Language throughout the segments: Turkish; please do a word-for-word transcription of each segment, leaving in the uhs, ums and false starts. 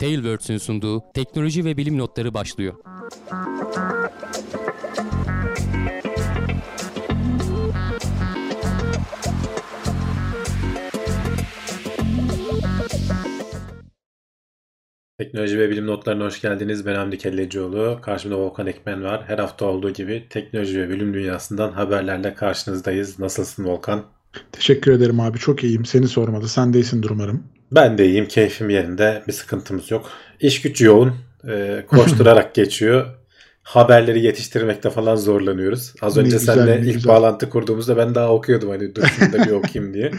Tailwords'ün sunduğu teknoloji ve bilim notları başlıyor. Teknoloji ve bilim notlarına hoş geldiniz. Ben Hamdi Kellecioğlu. Karşımda Volkan Ekmen var. Her hafta olduğu gibi teknoloji ve bilim dünyasından haberlerle karşınızdayız. Nasılsın Volkan? Teşekkür ederim abi. Çok iyiyim. Seni sormalı. Sen de iyisindir umarım. Ben de iyiyim. Keyfim yerinde. Bir sıkıntımız yok. İş güç yoğun. Ee, koşturarak geçiyor. Haberleri yetiştirmekte falan zorlanıyoruz. Az Ne önce güzel, seninle ne ilk güzel. bağlantı kurduğumuzda ben daha okuyordum. Hani dur şunu da bir okuyayım diye.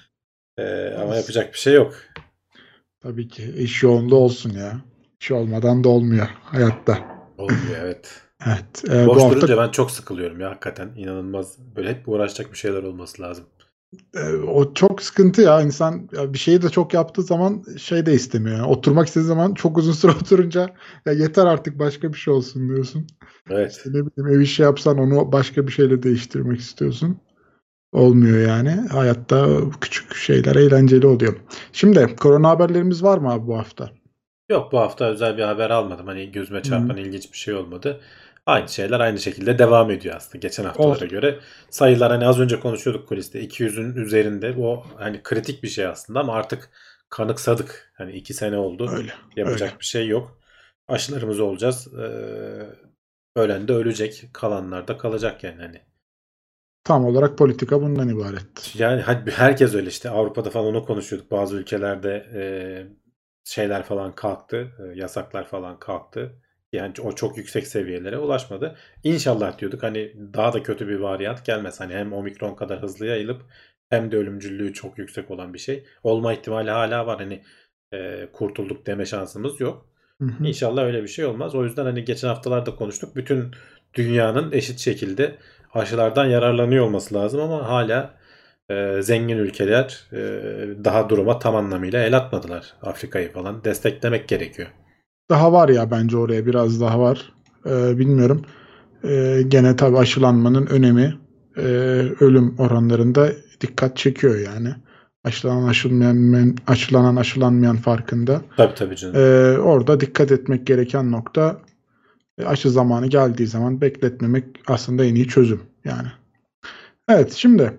Ee, ama yapacak bir şey yok. Tabii ki iş yoğunluğu olsun ya. İş olmadan da olmuyor hayatta. Olmuyor evet. Evet. e, Boş bu hafta durunca ben çok sıkılıyorum ya hakikaten. İnanılmaz. Böyle hep uğraşacak bir şeyler olması lazım. e, o çok sıkıntı ya. İnsan ya bir şeyi de çok yaptığı zaman şey de istemiyor. Yani oturmak istediği zaman çok uzun süre oturunca ya yeter artık başka bir şey olsun diyorsun. Evet. İşte ne bileyim ev işi yapsan onu başka bir şeyle değiştirmek istiyorsun. Olmuyor yani. Hayatta küçük şeyler eğlenceli oluyor. Şimdi korona haberlerimiz var mı abi bu hafta? Yok bu hafta özel bir haber almadım. Hani gözüme Hı. çarpan ilginç bir şey olmadı. Aynı şeyler aynı şekilde devam ediyor aslında geçen haftalara Olsun. göre. Sayılar hani az önce konuşuyorduk kuliste iki yüzün üzerinde. O hani kritik bir şey aslında ama artık kanıksadık. Hani iki sene oldu. Öyle. Öyle. Yapacak bir şey yok. Aşılarımız olacağız. Ee, ölen de ölecek. Kalanlar da kalacak yani hani. Tam olarak politika bundan ibaret. Yani hadi herkes öyle işte Avrupa'da falan onu konuşuyorduk. Bazı ülkelerde e, şeyler falan kalktı, e, yasaklar falan kalktı. Yani o çok yüksek seviyelere ulaşmadı. İnşallah diyorduk hani daha da kötü bir varyant gelmez. Hani hem omikron kadar hızlı yayılıp hem de ölümcüllüğü çok yüksek olan bir şey. Olma ihtimali hala var. Hani e, kurtulduk deme şansımız yok. Hı hı. İnşallah öyle bir şey olmaz. O yüzden hani geçen haftalarda konuştuk. Bütün dünyanın eşit şekilde aşılardan yararlanıyor olması lazım ama hala e, zengin ülkeler e, daha duruma tam anlamıyla el atmadılar. Afrika'yı falan desteklemek gerekiyor. Daha var ya bence oraya biraz daha var. Ee, bilmiyorum. Ee, gene tabii aşılanmanın önemi e, ölüm oranlarında dikkat çekiyor yani. Aşılanan aşılanmayan, aşılanan aşılanmayan farkında. Tabii tabii canım. Ee, orada dikkat etmek gereken nokta e, aşı zamanı geldiği zaman bekletmemek aslında en iyi çözüm yani. Evet şimdi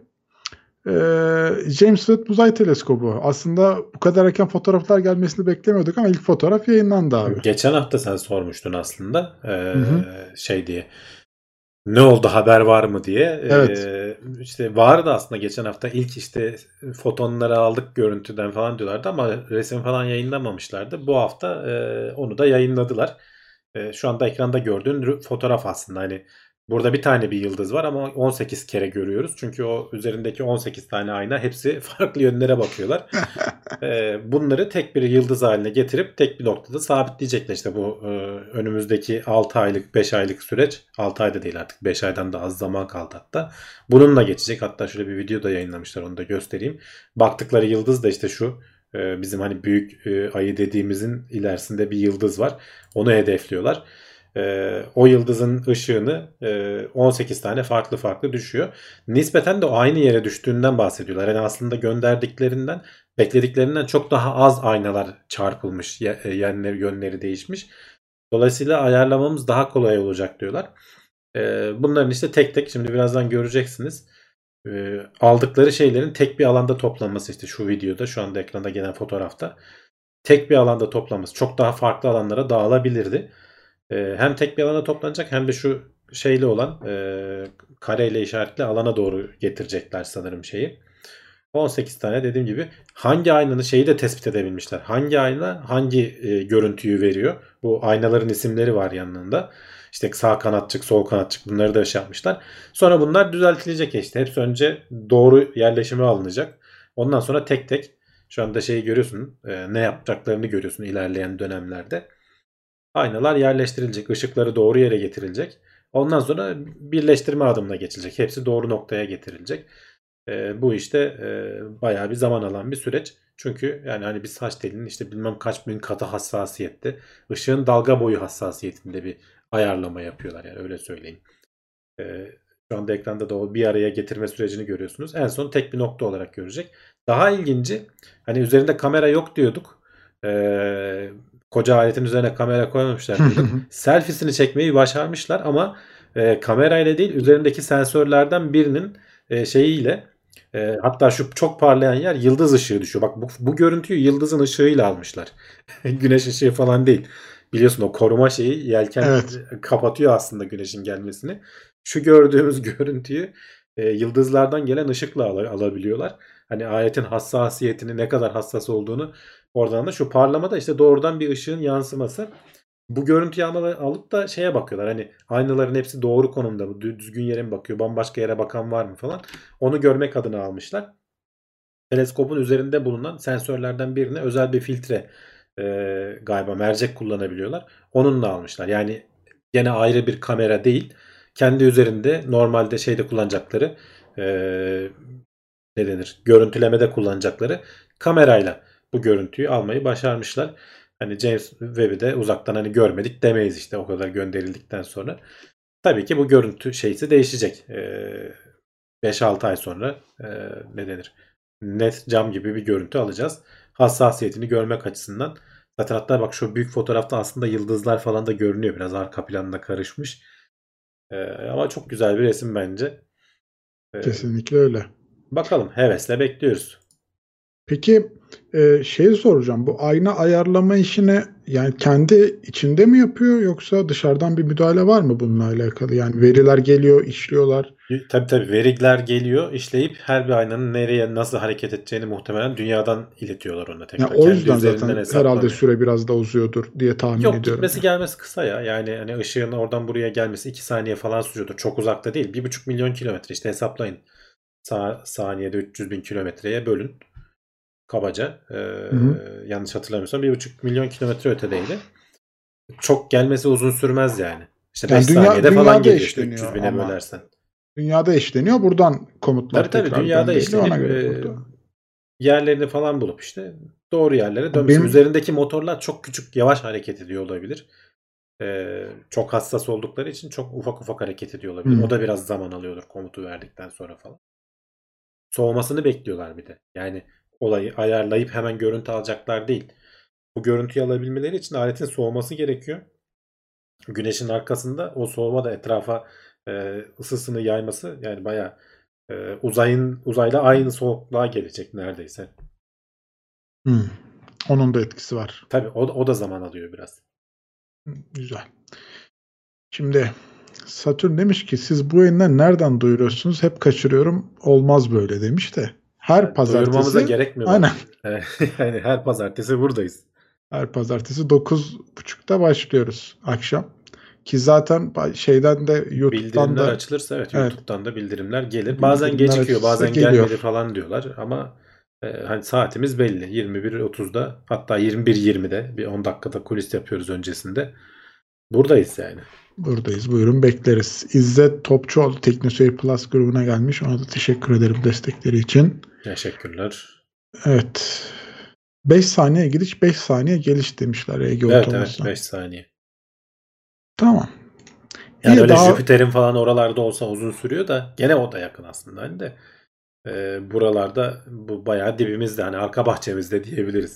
Ee, James Webb Uzay Teleskobu. Aslında bu kadar erken fotoğraflar gelmesini beklemiyorduk ama ilk fotoğraf yayınlandı abi. Geçen hafta sen sormuştun aslında Hı hı. e, şey diye. Ne oldu haber var mı diye. Evet. Ee, işte vardı aslında geçen hafta ilk işte fotonları aldık görüntüden falan diyorlardı ama resim falan yayınlamamışlardı. Bu hafta e, onu da yayınladılar. E, şu anda ekranda gördüğün fotoğraf aslında hani burada bir tane bir yıldız var ama on sekiz kere görüyoruz. Çünkü o üzerindeki on sekiz tane ayna hepsi farklı yönlere bakıyorlar. E, bunları tek bir yıldız haline getirip tek bir noktada sabitleyecekler. İşte bu e, önümüzdeki altı aylık beş aylık süreç altı ayda değil artık beş aydan da az zaman kaldı hatta. Bununla geçecek. Hatta şöyle bir video da yayınlamışlar onu da göstereyim. Baktıkları yıldız da işte şu e, bizim hani büyük e, ayı dediğimizin ilerisinde bir yıldız var. Onu hedefliyorlar. Ee, o yıldızın ışığını e, on sekiz tane farklı farklı düşüyor. Nispeten de o aynı yere düştüğünden bahsediyorlar. Yani aslında gönderdiklerinden beklediklerinden çok daha az aynalar çarpılmış. Yönleri, yönleri değişmiş. Dolayısıyla ayarlamamız daha kolay olacak diyorlar. Ee, bunların işte tek tek şimdi birazdan göreceksiniz. Ee, aldıkları şeylerin tek bir alanda toplanması işte şu videoda şu anda ekranda gelen fotoğrafta tek bir alanda toplanması çok daha farklı alanlara dağılabilirdi. Ee, hem tek bir alana toplanacak hem de şu şeyli olan e, kareyle işaretli alana doğru getirecekler sanırım şeyi. on sekiz tane dediğim gibi hangi aynanın şeyi de tespit edebilmişler. Hangi ayna hangi e, görüntüyü veriyor. Bu aynaların isimleri var yanında. İşte sağ kanatçık, sol kanatçık bunları da şey yapmışlar. Sonra bunlar düzeltilecek işte. Hepsi önce doğru yerleşime alınacak. Ondan sonra tek tek şu anda şeyi görüyorsun. E, ne yapacaklarını görüyorsun ilerleyen dönemlerde. Aynalar yerleştirilecek. Işıkları doğru yere getirilecek. Ondan sonra birleştirme adımına geçilecek. Hepsi doğru noktaya getirilecek. E, bu işte e, bayağı bir zaman alan bir süreç. Çünkü yani hani bir saç telinin işte bilmem kaç bin katı hassasiyette, ışığın dalga boyu hassasiyetinde bir ayarlama yapıyorlar yani öyle söyleyeyim. E, şu anda ekranda da o bir araya getirme sürecini görüyorsunuz. En son tek bir nokta olarak görecek. Daha ilginci hani üzerinde kamera yok diyorduk. E, koca aletin üzerine kamera koymamışlar dedim. Selfiesini çekmeyi başarmışlar ama e, kamerayla değil üzerindeki sensörlerden birinin e, şeyiyle e, hatta şu çok parlayan yer yıldız ışığı düşüyor. Bak bu, bu görüntüyü yıldızın ışığıyla almışlar. Güneş ışığı falan değil. Biliyorsun o koruma şeyi yelken Evet. kapatıyor aslında güneşin gelmesini. Şu gördüğümüz görüntüyü e, yıldızlardan gelen ışıkla al- alabiliyorlar. Hani aletin hassasiyetini ne kadar hassas olduğunu oradan da şu parlamada işte doğrudan bir ışığın yansıması. Bu görüntüyü alma- alıp da şeye bakıyorlar. Hani aynaların hepsi doğru konumda mı? Dü- Düzgün yere mi bakıyor? Bambaşka yere bakan var mı falan. Onu görmek adına almışlar. Teleskopun üzerinde bulunan sensörlerden birine özel bir filtre e, galiba mercek kullanabiliyorlar. Onunla almışlar. Yani gene ayrı bir kamera değil. Kendi üzerinde normalde şeyde kullanacakları e, ne denir? Görüntülemede kullanacakları kamerayla bu görüntüyü almayı başarmışlar. Hani James Webb'i de uzaktan hani görmedik demeyiz işte o kadar gönderildikten sonra. Tabii ki bu görüntü şeysi değişecek. Ee, beş altı ay sonra e, ne denir? Net cam gibi bir görüntü alacağız. Hassasiyetini görmek açısından. Zaten hatta bak şu büyük fotoğrafta aslında yıldızlar falan da görünüyor. Biraz arka planla karışmış. Ee, ama çok güzel bir resim bence. Ee, Kesinlikle öyle. bakalım hevesle bekliyoruz. Peki e, şey soracağım. Bu ayna ayarlama işini yani kendi içinde mi yapıyor yoksa dışarıdan bir müdahale var mı bununla alakalı? Yani veriler geliyor, işliyorlar. Tabii tabii veriler geliyor, işleyip her bir aynanın nereye nasıl hareket edeceğini muhtemelen dünyadan iletiyorlar ona Yani tekrar. o Kendi yüzden üzerinden zaten herhalde hesaplamıyor. süre biraz da uzuyordur diye tahmin Yok ediyorum. gitmesi gelmesi kısa ya. Yani hani ışığın oradan buraya gelmesi iki saniye falan sürüyordur. Çok uzakta değil. Bir buçuk milyon kilometre işte hesaplayın. Sa saniyede üç yüz bin kilometreye bölün. Kabaca. Ee, Hı hı. yanlış hatırlamıyorsam bir buçuk milyon kilometre ötedeydi. Çok gelmesi uzun sürmez yani. İşte beş Yani dünya saniyede falan dünyada geliyor işte üç yüz eşleniyor bine ama. bölersen. Dünyada eşleniyor. Buradan Tabii komutlar tabii tekrar dünyada gönderiliyor. Ona işlenip göre e, burada. yerlerini falan bulup işte doğru yerlere dönmesi. Benim Üzerindeki motorlar çok küçük, yavaş hareket ediyor olabilir. Ee, çok hassas oldukları için çok ufak ufak hareket ediyor olabilir. hmm, O da biraz zaman alıyordur komutu verdikten sonra falan. Soğumasını bekliyorlar bir de. Yani olayı ayarlayıp hemen görüntü alacaklar değil. Bu görüntüyü alabilmeleri için aletin soğuması gerekiyor. Güneşin arkasında o soğuma da etrafa e, ısısını yayması yani bayağı e, uzayın uzayla aynı soğukluğa gelecek neredeyse. hmm, onun da etkisi var. Tabii o, o da zaman alıyor biraz. Hmm, güzel. Şimdi Satürn demiş ki siz bu yayınları nereden duyuruyorsunuz? Hep kaçırıyorum. Olmaz böyle demiş de. Her Yani duyurmamıza pazartesi gerek mi aynen. var? Yani her pazartesi buradayız. Her pazartesi dokuz buçukta başlıyoruz akşam. Ki zaten ba- şeyden de YouTube'dan Bildirimler da açılırsa evet evet YouTube'dan da bildirimler gelir. Bazen bildirimler gecikiyor, açılsa bazen gelmedi geliyor. falan diyorlar ama e, hani saatimiz belli. yirmi bir otuzda hatta yirmi bir yirmide bir on dakikada kulis yapıyoruz öncesinde. Buradayız yani. Buradayız. Buyurun bekleriz. İzzet Topçuoğlu Teknoseyir Plus grubuna gelmiş. Ona da teşekkür ederim destekleri için. Teşekkürler. Evet. beş saniye gidiş beş saniye geliş demişler Ege Evet evet Otomas'tan. beş saniye. Tamam. Yani İyi öyle daha Jüpiter'in falan oralarda olsa uzun sürüyor da gene o da yakın aslında. Hani de e, buralarda bu bayağı dibimizde hani arka bahçemizde diyebiliriz.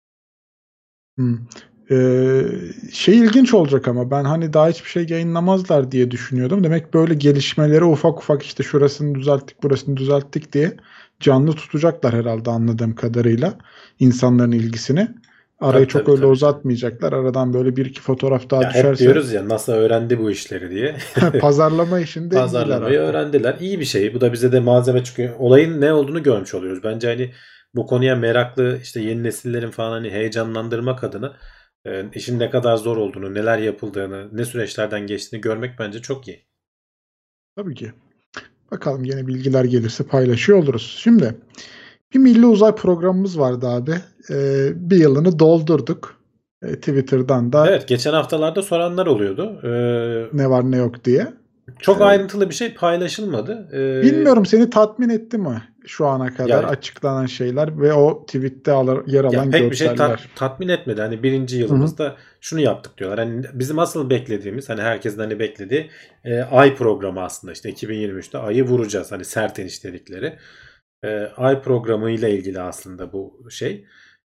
hmm. Ee, şey ilginç olacak ama ben hani daha hiçbir şey yayınlamazlar diye düşünüyordum. Demek böyle gelişmeleri ufak ufak işte şurasını düzelttik, burasını düzelttik diye canlı tutacaklar herhalde anladığım kadarıyla insanların ilgisini. Arayı Tabii çok tabii öyle tabii canım. uzatmayacaklar. Aradan böyle bir iki fotoğraf daha Ya hep düşerse diyoruz ya NASA öğrendi bu işleri diye. pazarlama işinde iyiler Pazarlamayı artık. öğrendiler. İyi bir şey. Bu da bize de malzeme çıkıyor. Olayın ne olduğunu görmüş oluyoruz. Bence hani bu konuya meraklı işte yeni nesillerin falan hani heyecanlandırmak adına e, işin ne kadar zor olduğunu, neler yapıldığını, ne süreçlerden geçtiğini görmek bence çok iyi. Tabii ki. Bakalım yeni bilgiler gelirse paylaşıyor oluruz. Şimdi bir milli uzay programımız vardı abi. Ee, bir yılını doldurduk. Ee, Twitter'dan da Evet, geçen haftalarda soranlar oluyordu. Ee, ne var ne yok diye. çok Ee, ayrıntılı bir şey paylaşılmadı. Ee, bilmiyorum seni tatmin etti mi şu ana kadar ya açıklanan şeyler ve o tweette alır, yer Ya alan pek bir şey tat- görseller. tatmin etmedi. Hani birinci Hı hı. yılımızda şunu yaptık diyorlar. Hani bizim asıl beklediğimiz hani herkesin hani beklediği e, Ay programı aslında işte iki bin yirmi üçte Ay'ı vuracağız. Hani sert iniş dedikleri. E, Ay programı ile ilgili aslında bu şey.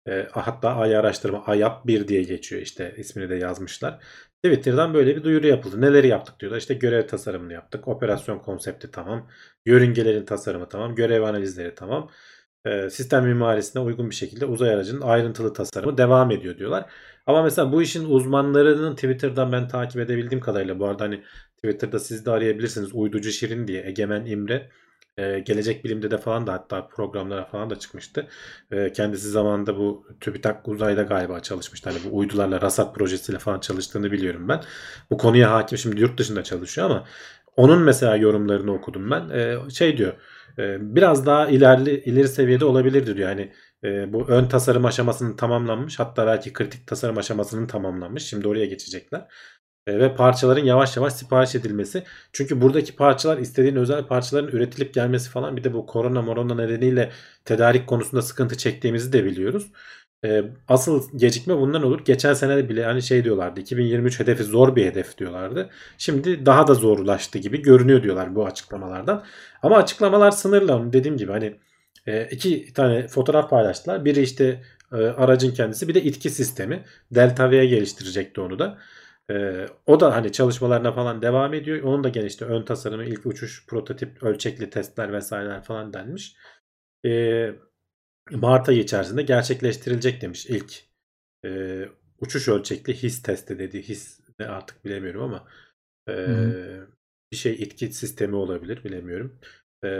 E, hatta A I araştırma A Y A P bir diye geçiyor, işte ismini de yazmışlar. Twitter'dan böyle bir duyuru yapıldı. Neleri yaptık diyorlar. İşte görev tasarımını yaptık. Operasyon konsepti tamam. Yörüngelerin tasarımı tamam. Görev analizleri tamam. E, sistem mimarisine uygun bir şekilde uzay aracının ayrıntılı tasarımı devam ediyor diyorlar. Ama mesela bu işin uzmanlarının Twitter'dan ben takip edebildiğim kadarıyla, bu arada hani Twitter'da siz de arayabilirsiniz. Uyducu Şirin diye, Egemen İmre. Ee, Gelecek Bilim'de de falan da hatta programlara falan da çıkmıştı. Ee, kendisi zamanında bu TÜBİTAK uzayda galiba çalışmıştı. Hani bu uydularla RASAT projesiyle falan çalıştığını biliyorum ben. Bu konuya hakim, şimdi yurt dışında çalışıyor ama onun mesela yorumlarını okudum ben. Ee, şey diyor, e, biraz daha ilerli ileri seviyede olabilirdi diyor. Yani e, bu ön tasarım aşamasının tamamlanmış, hatta belki kritik tasarım aşamasının tamamlanmış. Şimdi oraya geçecekler. E, ve parçaların yavaş yavaş sipariş edilmesi. Çünkü buradaki parçalar, istediğin özel parçaların üretilip gelmesi falan, bir de bu korona morona nedeniyle tedarik konusunda sıkıntı çektiğimizi de biliyoruz. E, asıl gecikme bundan olur. Geçen sene de bile hani şey diyorlardı, iki bin yirmi üç hedefi zor bir hedef diyorlardı. Şimdi daha da zorlaştı gibi görünüyor diyorlar bu açıklamalardan. Ama açıklamalar sınırlı. Dediğim gibi hani e, iki tane fotoğraf paylaştılar. Biri işte e, aracın kendisi, bir de itki sistemi. Delta V'ye geliştirecekti onu da. Ee, o da hani çalışmalarına falan devam ediyor. Onun da gene işte ön tasarımı, ilk uçuş, prototip, ölçekli testler vesaireler falan denmiş. Ee, Mart ayı içerisinde gerçekleştirilecek demiş ilk e, uçuş ölçekli his testi dediği, his ne artık bilemiyorum ama e, bir şey, itki sistemi olabilir, bilemiyorum. E,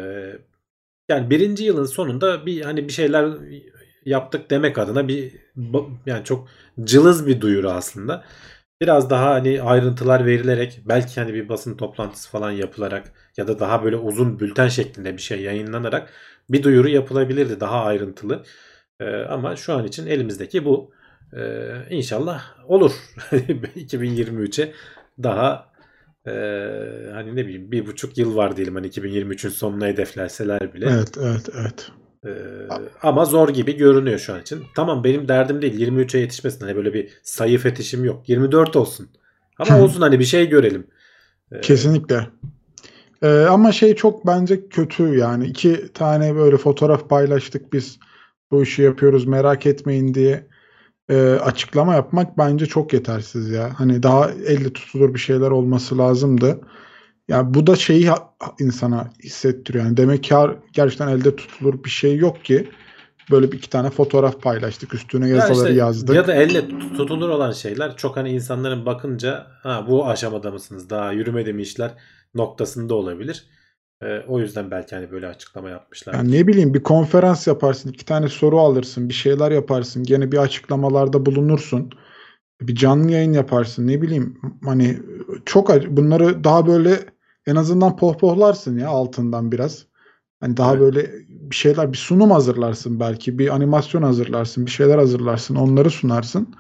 yani birinci yılın sonunda bir hani bir şeyler yaptık demek adına bir, yani çok cılız bir duyuru aslında. Biraz daha hani ayrıntılar verilerek, belki hani bir basın toplantısı falan yapılarak ya da daha böyle uzun bülten şeklinde bir şey yayınlanarak bir duyuru yapılabilirdi, daha ayrıntılı. Ee, ama şu an için elimizdeki bu. Ee, inşallah olur. iki bin yirmi üçe daha e, hani ne bileyim bir buçuk yıl var diyelim, hani iki bin yirmi üçün sonuna hedeflerseler bile. Evet, evet, evet. Ee, ama zor gibi görünüyor şu an için. Tamam, benim derdim değil yirmi üçe yetişmesin. Hani böyle bir sayı fetişim yok. yirmi dört olsun. Ama olsun, hani bir şey görelim. Ee, Kesinlikle. Ee, ama şey çok bence kötü yani. İki tane böyle fotoğraf paylaştık biz. Bu işi yapıyoruz merak etmeyin diye e, açıklama yapmak bence çok yetersiz ya. Hani daha elle tutulur bir şeyler olması lazımdı. Yani bu da şeyi ha- insana hissettiriyor. Yani demek ki har- gerçekten elde tutulur bir şey yok ki. Böyle bir iki tane fotoğraf paylaştık. Üstüne ya yazıları işte yazdık. ya da elle tutulur olan şeyler çok hani insanların bakınca ha bu aşamada mısınız, daha yürümedi mi işler noktasında olabilir. Ee, o yüzden belki hani böyle açıklama yapmışlardır. Yani ne bileyim bir konferans yaparsın, iki tane soru alırsın, bir şeyler yaparsın, gene bir açıklamalarda bulunursun. Bir canlı yayın yaparsın, ne bileyim hani çok ac- bunları daha böyle en azından pohpohlarsın ya altından biraz. Hani daha Evet. böyle bir şeyler, bir sunum hazırlarsın belki, bir animasyon hazırlarsın, bir şeyler hazırlarsın, onları sunarsın.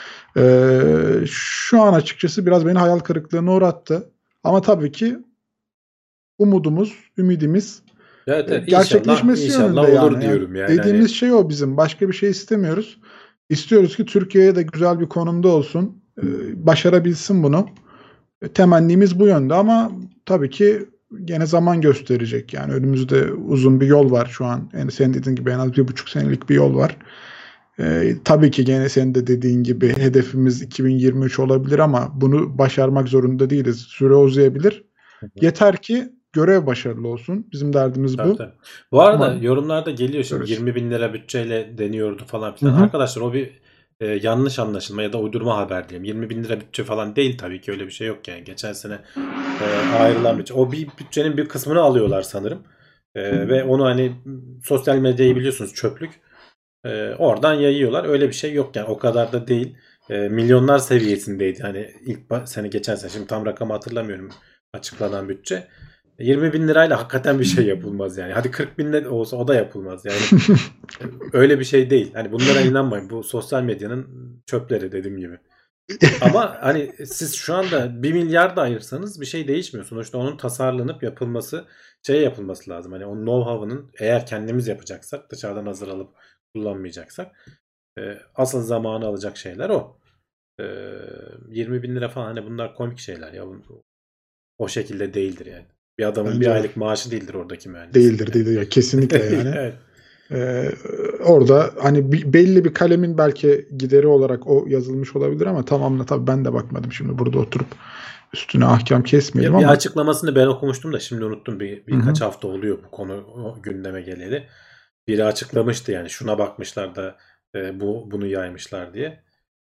Ee, şu an açıkçası biraz beni hayal kırıklığına uğrattı. Ama tabii ki umudumuz, ümidimiz Evet, e, evet. İnşallah gerçekleşmesi inşallah yönünde olur yani. Yani diyorum yani. dediğimiz Hani şey o bizim. Başka bir şey istemiyoruz. İstiyoruz ki Türkiye'ye de güzel bir konumda olsun. e, Başarabilsin bunu. E, Temennimiz bu yönde ama tabii ki gene zaman gösterecek. Yani önümüzde uzun bir yol var şu an. Yani senin dediğin gibi en az bir buçuk senelik bir yol var. E, tabii ki gene senin de dediğin gibi hedefimiz iki bin yirmi üç olabilir ama bunu başarmak zorunda değiliz. Süre uzayabilir. Yeter ki görev başarılı olsun. Bizim derdimiz tabii, bu. tabii. Bu arada Umarım yorumlarda geliyor şimdi görürüz. yirmi bin lira bütçeyle deniyordu falan Hı filan. hı. Arkadaşlar o bir e, yanlış anlaşılma ya da uydurma haber diyeyim. yirmi bin lira bütçe falan değil, tabii ki öyle bir şey yok yani. Geçen sene e, ayrılan bütçe. O bir bütçenin bir kısmını alıyorlar sanırım. E, ve onu hani sosyal medyayı biliyorsunuz, çöplük. E, oradan yayıyorlar. Öyle bir şey yok yani, o kadar da değil. E, milyonlar seviyesindeydi. Hani ilk ba- sene, geçen sene, şimdi tam rakamı hatırlamıyorum açıklanan bütçe. yirmi bin lirayla hakikaten bir şey yapılmaz yani. Hadi kırk bin lira olsa o da yapılmaz yani. Öyle bir şey değil. Hani bunlara inanmayın. Bu sosyal medyanın çöpleri, dediğim gibi. Ama hani siz şu anda bir milyar da ayırsanız bir şey değişmiyor. Sonuçta onun tasarlanıp yapılması, şey yapılması lazım. Hani o know-how'ının, eğer kendimiz yapacaksak, dışarıdan hazır alıp kullanmayacaksak, e, asıl zamanı alacak şeyler o. E, yirmi bin lira falan, hani bunlar komik şeyler ya. O şekilde değildir yani. Bir adamın bir Bence de. aylık maaşı değildir oradaki mühendisin Değildir, yani. değildir ya kesinlikle yani. Evet. Ee, orada hani bir, belli bir kalemin belki gideri olarak o yazılmış olabilir ama tamamına tabii ben de bakmadım. Şimdi burada oturup üstüne ahkam kesmeyelim Ya bir ama. açıklamasını ben okumuştum da şimdi unuttum. Bir, Hı hı. birkaç hafta oluyor bu konu o gündeme geleli. Biri açıklamıştı yani şuna bakmışlar da e, bu bunu yaymışlar diye.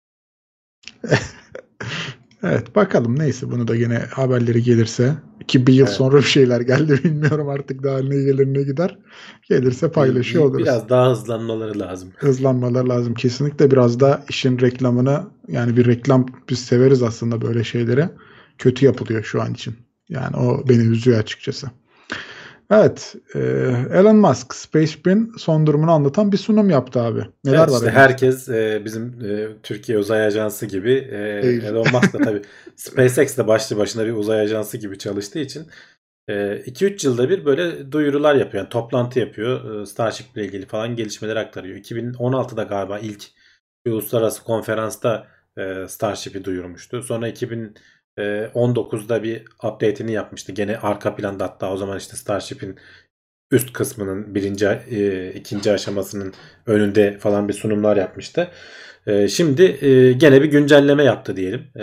Evet bakalım neyse bunu da yine haberleri gelirse ki bir yıl Evet. sonra bir şeyler geldi bilmiyorum artık daha ne gelir ne gider. Gelirse Bir, paylaşıyor bir- oluruz. biraz daha hızlanmaları lazım. Hızlanmalar lazım kesinlikle biraz da işin reklamını yani bir reklam biz severiz aslında böyle şeyleri. Kötü yapılıyor şu an için. Yani o beni üzüyor açıkçası. Evet, e, Elon Musk Spaceship'in son durumunu anlatan bir sunum yaptı abi. Neler Evet var işte Elon Musk'ta? herkes e, bizim e, Türkiye Uzay Ajansı gibi e, Değil. Elon Musk da tabii SpaceX de başlı başına bir uzay ajansı gibi çalıştığı için iki üç yılda bir böyle duyurular yapıyor. Yani toplantı yapıyor. E, Starship ile ilgili falan gelişmeleri aktarıyor. iki bin on altıda galiba ilk bir uluslararası konferansta e, Starship'i duyurmuştu. Sonra iki bin on dokuzda bir update'ini yapmıştı. Gene arka planda hatta o zaman işte Starship'in üst kısmının birinci, e, ikinci aşamasının önünde falan bir sunumlar yapmıştı. E, şimdi e, gene bir güncelleme yaptı diyelim. E,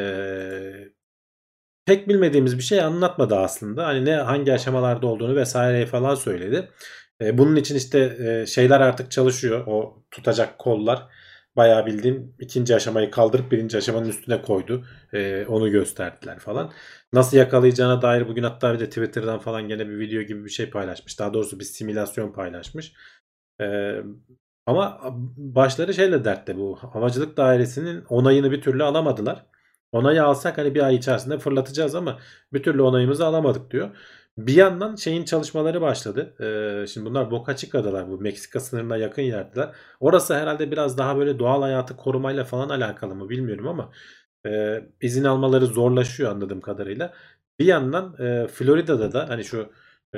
pek bilmediğimiz bir şey anlatmadı aslında. Hani ne hangi aşamalarda olduğunu vesaire falan söyledi. E, bunun için işte e, şeyler artık çalışıyor. O tutacak kollar bayağı bildiğin ikinci aşamayı kaldırıp birinci aşamanın üstüne koydu. E, onu gösterdiler falan. Nasıl yakalayacağına dair bugün hatta bir de Twitter'dan falan gene bir video gibi bir şey paylaşmış. Daha doğrusu bir simülasyon paylaşmış. E, ama başları şeyle dertte bu. Havacılık Dairesi'nin onayını bir türlü alamadılar. Onayı alsak hani bir ay içerisinde fırlatacağız ama bir türlü onayımızı alamadık diyor. Bir yandan şeyin çalışmaları başladı. Ee, şimdi bunlar Boca Chica'dalar. Bu Meksika sınırına yakın yerdeler. Orası herhalde biraz daha böyle doğal hayatı korumayla falan alakalı mı bilmiyorum ama e, izin almaları zorlaşıyor anladığım kadarıyla. Bir yandan e, Florida'da da hani şu e,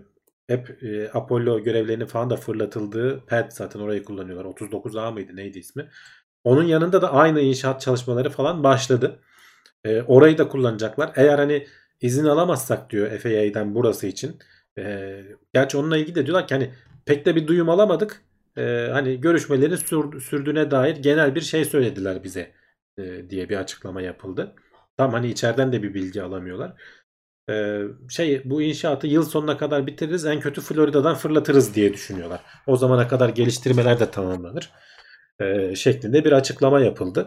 hep e, Apollo görevlerinin falan da fırlatıldığı pad zaten orayı kullanıyorlar. otuz dokuz A mıydı neydi ismi? Onun yanında da aynı inşaat çalışmaları falan başladı. E, orayı da kullanacaklar. Eğer hani izin alamazsak diyor F A A'den burası için. E, gerçi onunla ilgili de diyorlar ki hani pek de bir duyum alamadık. E, hani görüşmelerin sür, sürdüğüne dair genel bir şey söylediler bize e, diye bir açıklama yapıldı. Tam hani içeriden de bir bilgi alamıyorlar. E, şey bu inşaatı yıl sonuna kadar bitiririz en kötü Florida'dan fırlatırız diye düşünüyorlar. O zamana kadar geliştirmeler de tamamlanır. E, şeklinde bir açıklama yapıldı.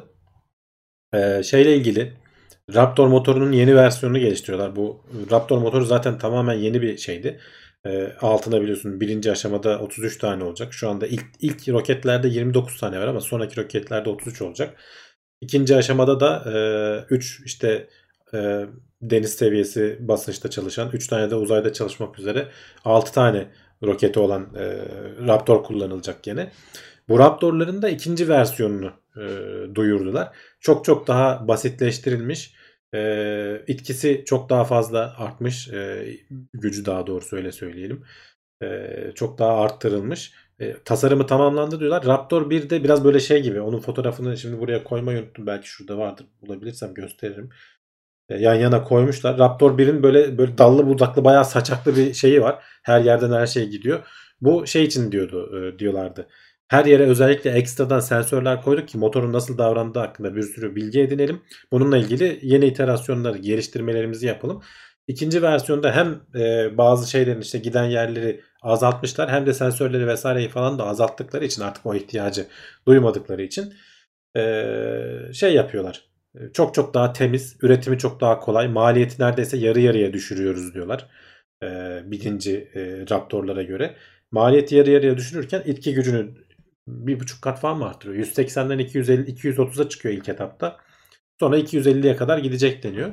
E, şeyle ilgili Raptor motorunun yeni versiyonunu geliştiriyorlar. Bu Raptor motoru zaten tamamen yeni bir şeydi. E, altına biliyorsun birinci aşamada otuz üç tane olacak. Şu anda ilk ilk roketlerde yirmi dokuz tane var ama sonraki roketlerde otuz üç olacak. İkinci aşamada da üç işte e, deniz seviyesi basınçta çalışan, üç tane de uzayda çalışmak üzere altı tane roketi olan e, Raptor kullanılacak gene. Bu Raptor'ların da ikinci versiyonunu e, duyurdular. Çok çok daha basitleştirilmiş. E, etkisi çok daha fazla artmış. E, gücü daha doğrusu öyle söyleyelim. E, çok daha arttırılmış. E, tasarımı tamamlandı diyorlar. Raptor bir de biraz böyle şey gibi. Onun fotoğrafını şimdi buraya koymayı unuttum. Belki şurada vardır. Bulabilirsem gösteririm. E, yan yana koymuşlar. Raptor birin böyle böyle dallı budaklı bayağı saçaklı bir şeyi var. Her yerden her şey gidiyor. Bu şey için diyordu e, diyorlardı. Her yere özellikle ekstradan sensörler koyduk ki motorun nasıl davrandığı hakkında bir sürü bilgi edinelim. Bununla ilgili yeni iterasyonları, geliştirmelerimizi yapalım. İkinci versiyonda hem e, bazı şeylerin işte giden yerleri azaltmışlar hem de sensörleri vesaireyi falan da azalttıkları için artık o ihtiyacı duymadıkları için e, şey yapıyorlar. Çok çok daha temiz, üretimi çok daha kolay, maliyeti neredeyse yarı yarıya düşürüyoruz diyorlar. E, birinci e, Raptor'lara göre. Maliyeti yarı yarıya düşürürken itki gücünü bir buçuk kat falan mı artırıyor? yüz seksenden iki yüz elli iki yüz otuza çıkıyor ilk etapta. Sonra iki yüz elliye kadar gidecek deniyor.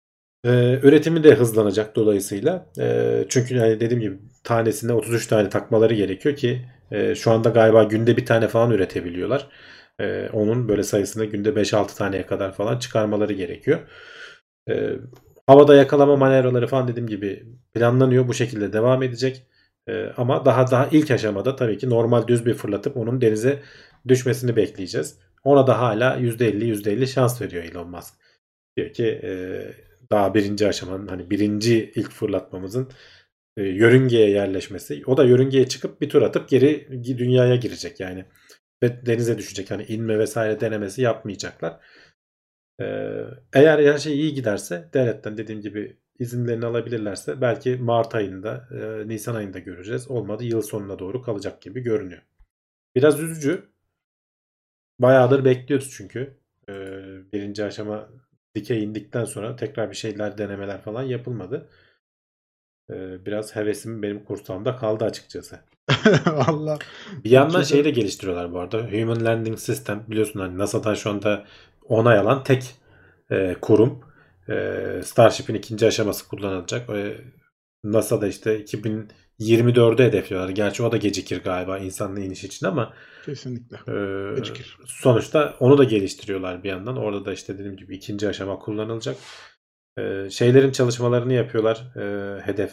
Ee, üretimi de hızlanacak dolayısıyla. Ee, çünkü yani dediğim gibi tanesinde otuz üç tane takmaları gerekiyor ki e, şu anda galiba günde bir tane falan üretebiliyorlar. Ee, onun böyle sayısını günde beş altı taneye kadar falan çıkarmaları gerekiyor. Ee, havada yakalama manevraları falan dediğim gibi planlanıyor. Bu şekilde devam edecek. Ee, ama daha daha ilk aşamada tabii ki normal düz bir fırlatıp onun denize düşmesini bekleyeceğiz. Ona da hala yüzde elli yüzde elli şans veriyor Elon Musk. Diyor ki e, daha birinci aşamanın hani birinci ilk fırlatmamızın e, yörüngeye yerleşmesi. O da yörüngeye çıkıp bir tur atıp geri dünyaya girecek yani. Ve denize düşecek. Hani inme vesaire denemesi yapmayacaklar. E, eğer her şey iyi giderse devletten dediğim gibi izinlerini alabilirlerse belki Mart ayında, e, Nisan ayında göreceğiz. Olmadı yıl sonuna doğru kalacak gibi görünüyor. Biraz üzücü. Bayağıdır bekliyoruz çünkü. E, birinci aşama dikey indikten sonra tekrar bir şeyler denemeler falan yapılmadı. E, biraz hevesim benim kursağımda kaldı açıkçası. Valla. Bir yandan Türkçe- şeyi de geliştiriyorlar bu arada. Human Landing System biliyorsun hani NASA'dan şu anda onay alan tek e, kurum. E, Starship'in ikinci aşaması kullanılacak. E, NASA'da işte iki bin yirmi dörde hedefliyorlar. Gerçi o da gecikir galiba insanlı iniş için ama Kesinlikle. e, Gecikir. sonuçta onu da geliştiriyorlar bir yandan. Orada da işte dediğim gibi ikinci aşama kullanılacak. E, şeylerin çalışmalarını yapıyorlar. E, hedef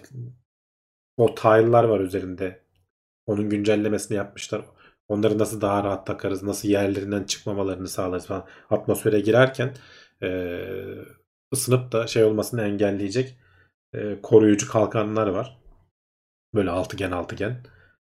o tile'lar var üzerinde. Onun güncellemesini yapmışlar. Onları nasıl daha rahat takarız, nasıl yerlerinden çıkmamalarını sağlarız falan. Atmosfere girerken e, ısınıp da şey olmasını engelleyecek e, koruyucu kalkanlar var. Böyle altıgen altıgen.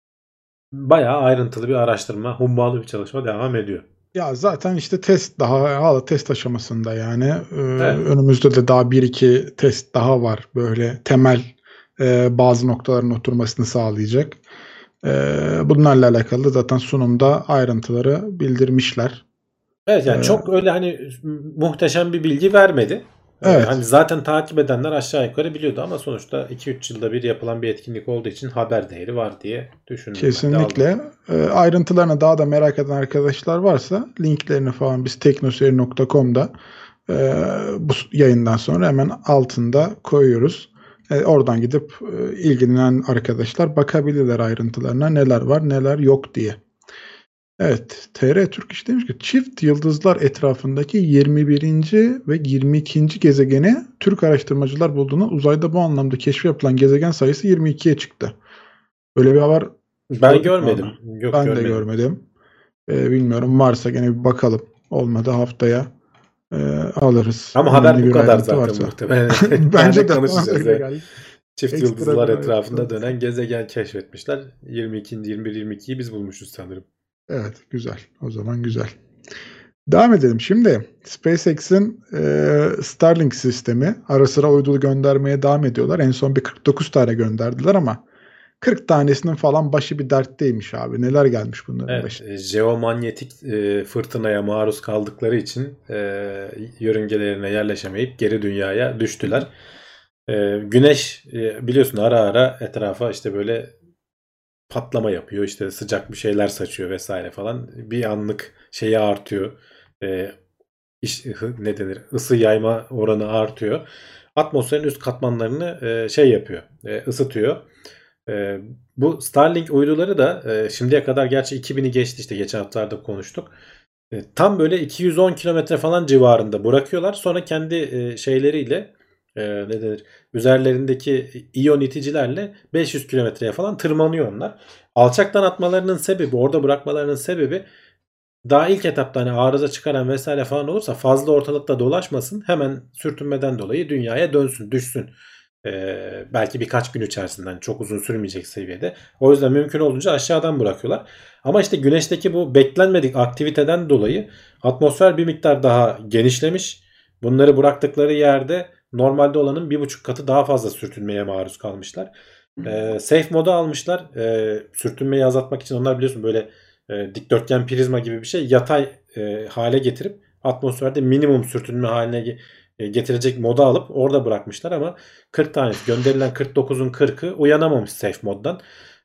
Bayağı ayrıntılı bir araştırma, hummalı bir çalışma devam ediyor. Ya zaten işte test daha hala test aşamasında yani. Ee, Evet. önümüzde de daha bir iki test daha var. Böyle temel e, bazı noktaların oturmasını sağlayacak. Ee, bunlarla alakalı zaten sunumda ayrıntıları bildirmişler. Evet yani Ee, çok öyle hani muhteşem bir bilgi vermedi. Ee, hani evet, zaten takip edenler aşağı yukarı biliyordu ama sonuçta iki üç yılda bir yapılan bir etkinlik olduğu için haber değeri var diye düşündüm ben de aldım. kesinlikle. Ee, ayrıntılarını daha da merak eden arkadaşlar varsa linklerini falan biz teknoseyir nokta com'da e, bu yayından sonra hemen altında koyuyoruz. E, oradan gidip e, ilgilenen arkadaşlar bakabilirler ayrıntılarına neler var neler yok diye. Evet, T R Türk İş demiş ki çift yıldızlar etrafındaki yirmi birinci ve yirmi ikinci gezegeni Türk araştırmacılar bulduğuna uzayda bu anlamda keşfi yapılan gezegen sayısı yirmi ikiye çıktı. Böyle bir haber Ben gördük mü abi? görmedim. Yok Ben de görmedim. görmedim. Ee, bilmiyorum varsa gene bir bakalım. Olmadı haftaya e, alırız. Ama haber Önemli bu bir kadar ayrıntı zaten varsa. muhtemelen. Daha Bence ne de bana konuşacağız öyle ya. geldi. Çift Ekstra yıldızlar bir etrafında ayrıntı. dönen gezegen keşfetmişler. yirmi iki, yirmi bir, yirmi ikiyi biz bulmuşuz sanırım. Evet, güzel. O zaman güzel. Devam edelim. Şimdi SpaceX'in e, Starlink sistemi ara sıra uydu göndermeye devam ediyorlar. En son bir kırk dokuz tane gönderdiler ama kırk tanesinin falan başı bir dertteymiş abi. Neler gelmiş bunların Evet, başına. e, jeomanyetik e, fırtınaya maruz kaldıkları için e, yörüngelerine yerleşemeyip geri dünyaya düştüler. E, güneş e, biliyorsun ara ara etrafa işte böyle patlama yapıyor, işte sıcak bir şeyler saçıyor vesaire falan. Bir anlık şeyi artıyor. E, iş, hı- ne denir? Isı yayma oranı artıyor. Atmosferin üst katmanlarını e, şey yapıyor, e, ısıtıyor. E, bu Starlink uyduları da e, şimdiye kadar gerçi iki bini geçti işte geçen haftalarda konuştuk. E, tam böyle iki yüz on kilometre falan civarında bırakıyorlar. Sonra kendi e, şeyleriyle e, ne denir? Üzerlerindeki iyon iticilerle beş yüz kilometreye falan tırmanıyor onlar. Alçaktan atmalarının sebebi, orada bırakmalarının sebebi daha ilk etapta hani arıza çıkaran vesaire falan olursa fazla ortalıkta dolaşmasın. Hemen sürtünmeden dolayı dünyaya dönsün, düşsün. Ee, belki birkaç gün içerisinde hani çok uzun sürmeyecek seviyede. O yüzden mümkün olduğunca aşağıdan bırakıyorlar. Ama işte güneşteki bu beklenmedik aktiviteden dolayı atmosfer bir miktar daha genişlemiş. Bunları bıraktıkları yerde normalde olanın bir buçuk katı daha fazla sürtünmeye maruz kalmışlar. Ee, safe moda almışlar. Ee, sürtünmeyi azaltmak için onlar biliyorsun böyle e, dikdörtgen prizma gibi bir şey yatay e, hale getirip atmosferde minimum sürtünme haline e, getirecek moda alıp orada bırakmışlar ama kırk tanesi gönderilen kırk dokuzun kırkı uyanamamış safe moddan.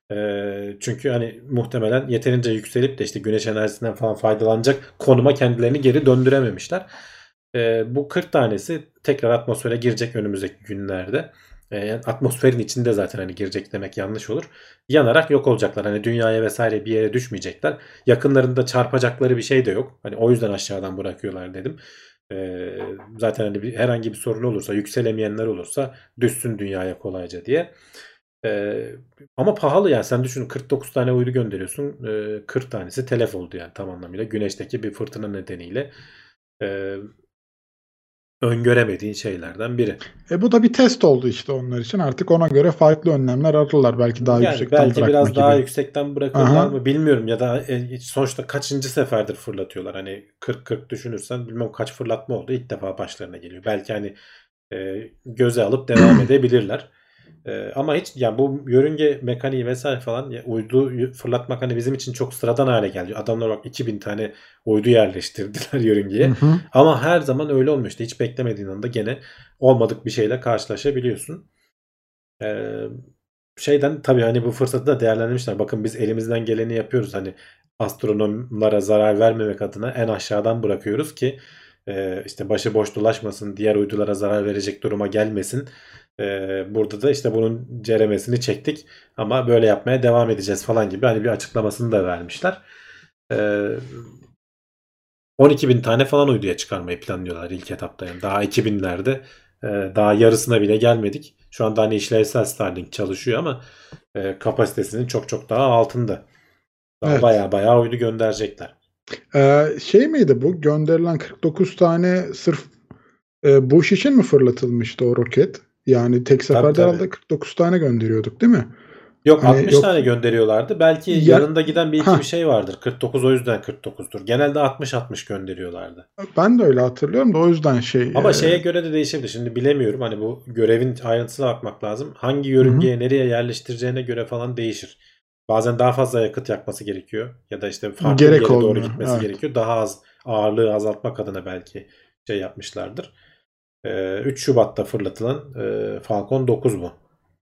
E, çünkü hani muhtemelen yeterince yükselip de işte güneş enerjisinden falan faydalanacak konuma kendilerini geri döndürememişler. E, bu kırk tanesi tekrar atmosfere girecek önümüzdeki günlerde. E, yani atmosferin içinde zaten hani girecek demek yanlış olur. Yanarak yok olacaklar. Hani dünyaya vesaire bir yere düşmeyecekler. Yakınlarında çarpacakları bir şey de yok. Hani o yüzden aşağıdan bırakıyorlar dedim. Ee, zaten hani bir, herhangi bir sorun olursa, yükselemeyenler olursa düşsün dünyaya kolayca diye. Ee, ama pahalı yani sen düşün kırk dokuz tane uydu gönderiyorsun. Ee, kırk tanesi telef oldu yani tam anlamıyla. Güneşteki bir fırtına nedeniyle. Ee, öngöremediğin şeylerden biri. E bu da bir test oldu işte onlar için. Artık ona göre farklı önlemler alırlar. Belki daha Yani yüksekten belki bırakma biraz gibi. daha yüksekten bırakırlar Aha. mı bilmiyorum ya da e, sonuçta kaçıncı seferdir fırlatıyorlar. Hani kırk kırk düşünürsen bilmem kaç fırlatma oldu. İlk defa başlarına geliyor. Belki hani e, göze alıp devam edebilirler. E, ama hiç yani bu yörünge mekaniği vesaire falan ya, uydu fırlatmak hani bizim için çok sıradan hale geldi. Adamlar bak iki bin tane uydu yerleştirdiler Hı yörüngeye. hı. Ama her zaman öyle olmuyor işte. Hiç beklemediğin anda gene olmadık bir şeyle karşılaşabiliyorsun. Ee, Şeyden tabii hani bu fırsatı da değerlendirmişler. Bakın biz elimizden geleni yapıyoruz. Hani astronomlara zarar vermemek adına en aşağıdan bırakıyoruz ki e, işte başıboş dolaşmasın, diğer uydulara zarar verecek duruma gelmesin. E, burada da işte bunun ceremesini çektik ama böyle yapmaya devam edeceğiz falan gibi hani bir açıklamasını da vermişler. E, on iki bin tane falan uyduya çıkarmayı planlıyorlar ilk etapta. Yani daha iki binlerde e, daha yarısına bile gelmedik. Şu anda hani işlevsel Starlink çalışıyor ama e, kapasitesinin çok çok daha altında. Daha Evet. baya baya uydu gönderecekler. Ee, şey miydi bu? Gönderilen kırk dokuz tane sırf e, Bush için mi fırlatılmıştı o roket? Yani tek Tabii seferde tabii. herhalde kırk dokuz tane gönderiyorduk değil mi? Yok Hani altmış tane yoksa gönderiyorlardı. Belki ya, yanında giden bir iki bir ha şey vardır. kırk dokuz o yüzden kırk dokuzdur. Genelde altmış altmış gönderiyorlardı. ben de öyle hatırlıyorum da o yüzden şey Ama e, şeye göre de değişebilir. Şimdi bilemiyorum. Hani bu görevin ayrıntısına bakmak lazım. Hangi hı hı, yörüngeye nereye yerleştireceğine göre falan değişir. Bazen daha fazla yakıt yakması gerekiyor. Ya da işte farklı bir gerek yere doğru olmuyor. gitmesi Evet. gerekiyor. Daha az ağırlığı azaltmak adına belki şey yapmışlardır. Ee, üç Şubat'ta fırlatılan e, Falcon dokuz bu.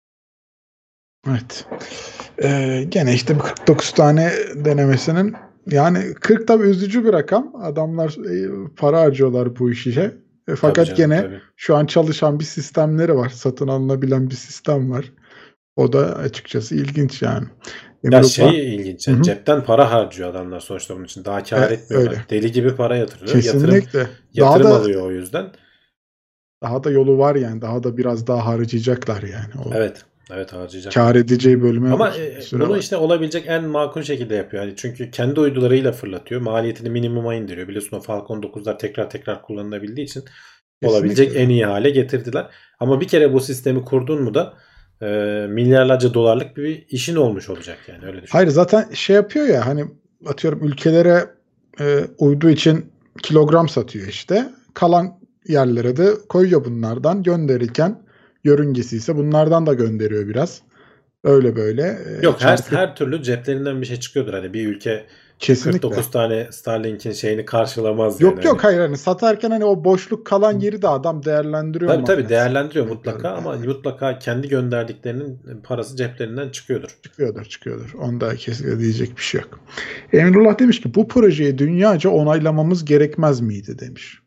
Evet. Ee, gene işte bu kırk dokuz tane denemesinin yani kırk tabii üzücü bir rakam. Adamlar e, para harcıyorlar bu işe. E, Tabii fakat canım gene tabii. şu an çalışan bir sistemleri var. Satın alınabilen bir sistem var. O da açıkçası ilginç yani. Ya Emrullah. şey ilginç Hı yani hı. cepten para harcıyor adamlar sonuçta bunun için. Daha E, kâr etmiyorlar. öyle. Deli gibi para yatırılıyor. Yatırım Kesinlikle. Daha yatırım da alıyor o yüzden. daha da yolu var yani. Daha da biraz daha harcayacaklar yani. O Evet. Evet kâr harcayacaklar. edeceği bölüme Ama e, süre bunu var. işte olabilecek en makul şekilde yapıyor. Yani çünkü kendi uydularıyla fırlatıyor. Maliyetini minimuma indiriyor. Biliyorsun o Falcon dokuzlar tekrar tekrar kullanılabildiği için Kesinlikle olabilecek en öyle. iyi hale getirdiler. Ama bir kere bu sistemi kurdun mu da e, milyarlarca dolarlık bir işin olmuş olacak yani öyle düşün. Hayır zaten şey yapıyor ya hani atıyorum ülkelere e, uydu için kilogram satıyor işte. Kalan yerlere de koyuyor bunlardan. Gönderirken yörüngesi ise bunlardan da gönderiyor biraz. Öyle böyle e, Yok her çarkı her türlü ceplerinden bir şey çıkıyordur. Hani bir ülke kesinlikle. kırk dokuz tane Starlink'in şeyini karşılamaz yani Yok yok hani. hayır hani satarken hani o boşluk kalan yeri de adam değerlendiriyor Tabii tabii makinesi. değerlendiriyor Diyorum mutlaka ama yani. mutlaka kendi gönderdiklerinin parası ceplerinden çıkıyordur. Çıkıyordur çıkıyordur. Onda kesinlikle diyecek bir şey yok. Emrullah demiş ki bu projeyi dünyaca onaylamamız gerekmez miydi demiş.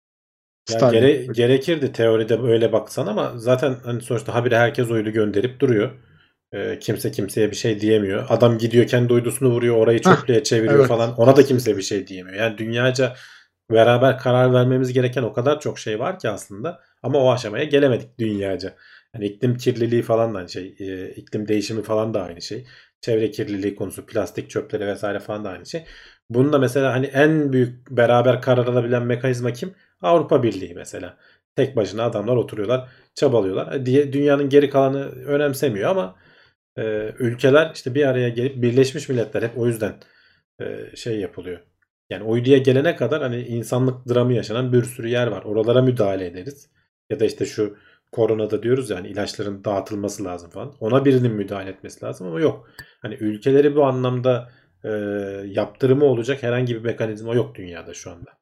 Ya Starlink gere projesi. gerekirdi teoride öyle baksan ama zaten hani sonuçta habire herkes uydu gönderip duruyor. Ee, kimse kimseye bir şey diyemiyor. Adam gidiyor kendi uydusunu vuruyor, orayı Hah, çöplüğe çeviriyor evet falan. Ona da kimse kesinlikle. bir şey diyemiyor. Yani dünyaca beraber karar vermemiz gereken o kadar çok şey var ki aslında. Ama o aşamaya gelemedik dünyaca. Yani iklim kirliliği falan da aynı şey. e, iklim değişimi falan da aynı şey. Çevre kirliliği konusu, plastik çöpleri vesaire falan da aynı şey. Bunda mesela hani en büyük beraber karar alabilen mekanizma kim? Avrupa Birliği mesela. Tek başına adamlar oturuyorlar, çabalıyorlar. Diye dünyanın geri kalanı önemsemiyor ama e, ülkeler işte bir araya gelip Birleşmiş Milletler hep o yüzden e, şey yapılıyor. Yani uyduya gelene kadar hani insanlık dramı yaşanan bir sürü yer var. Oralara müdahale ederiz. Ya da işte şu koronada diyoruz ya hani ilaçların dağıtılması lazım falan. Ona birinin müdahale etmesi lazım ama yok. Hani ülkeleri bu anlamda e, yaptırımı olacak herhangi bir mekanizma yok dünyada şu anda.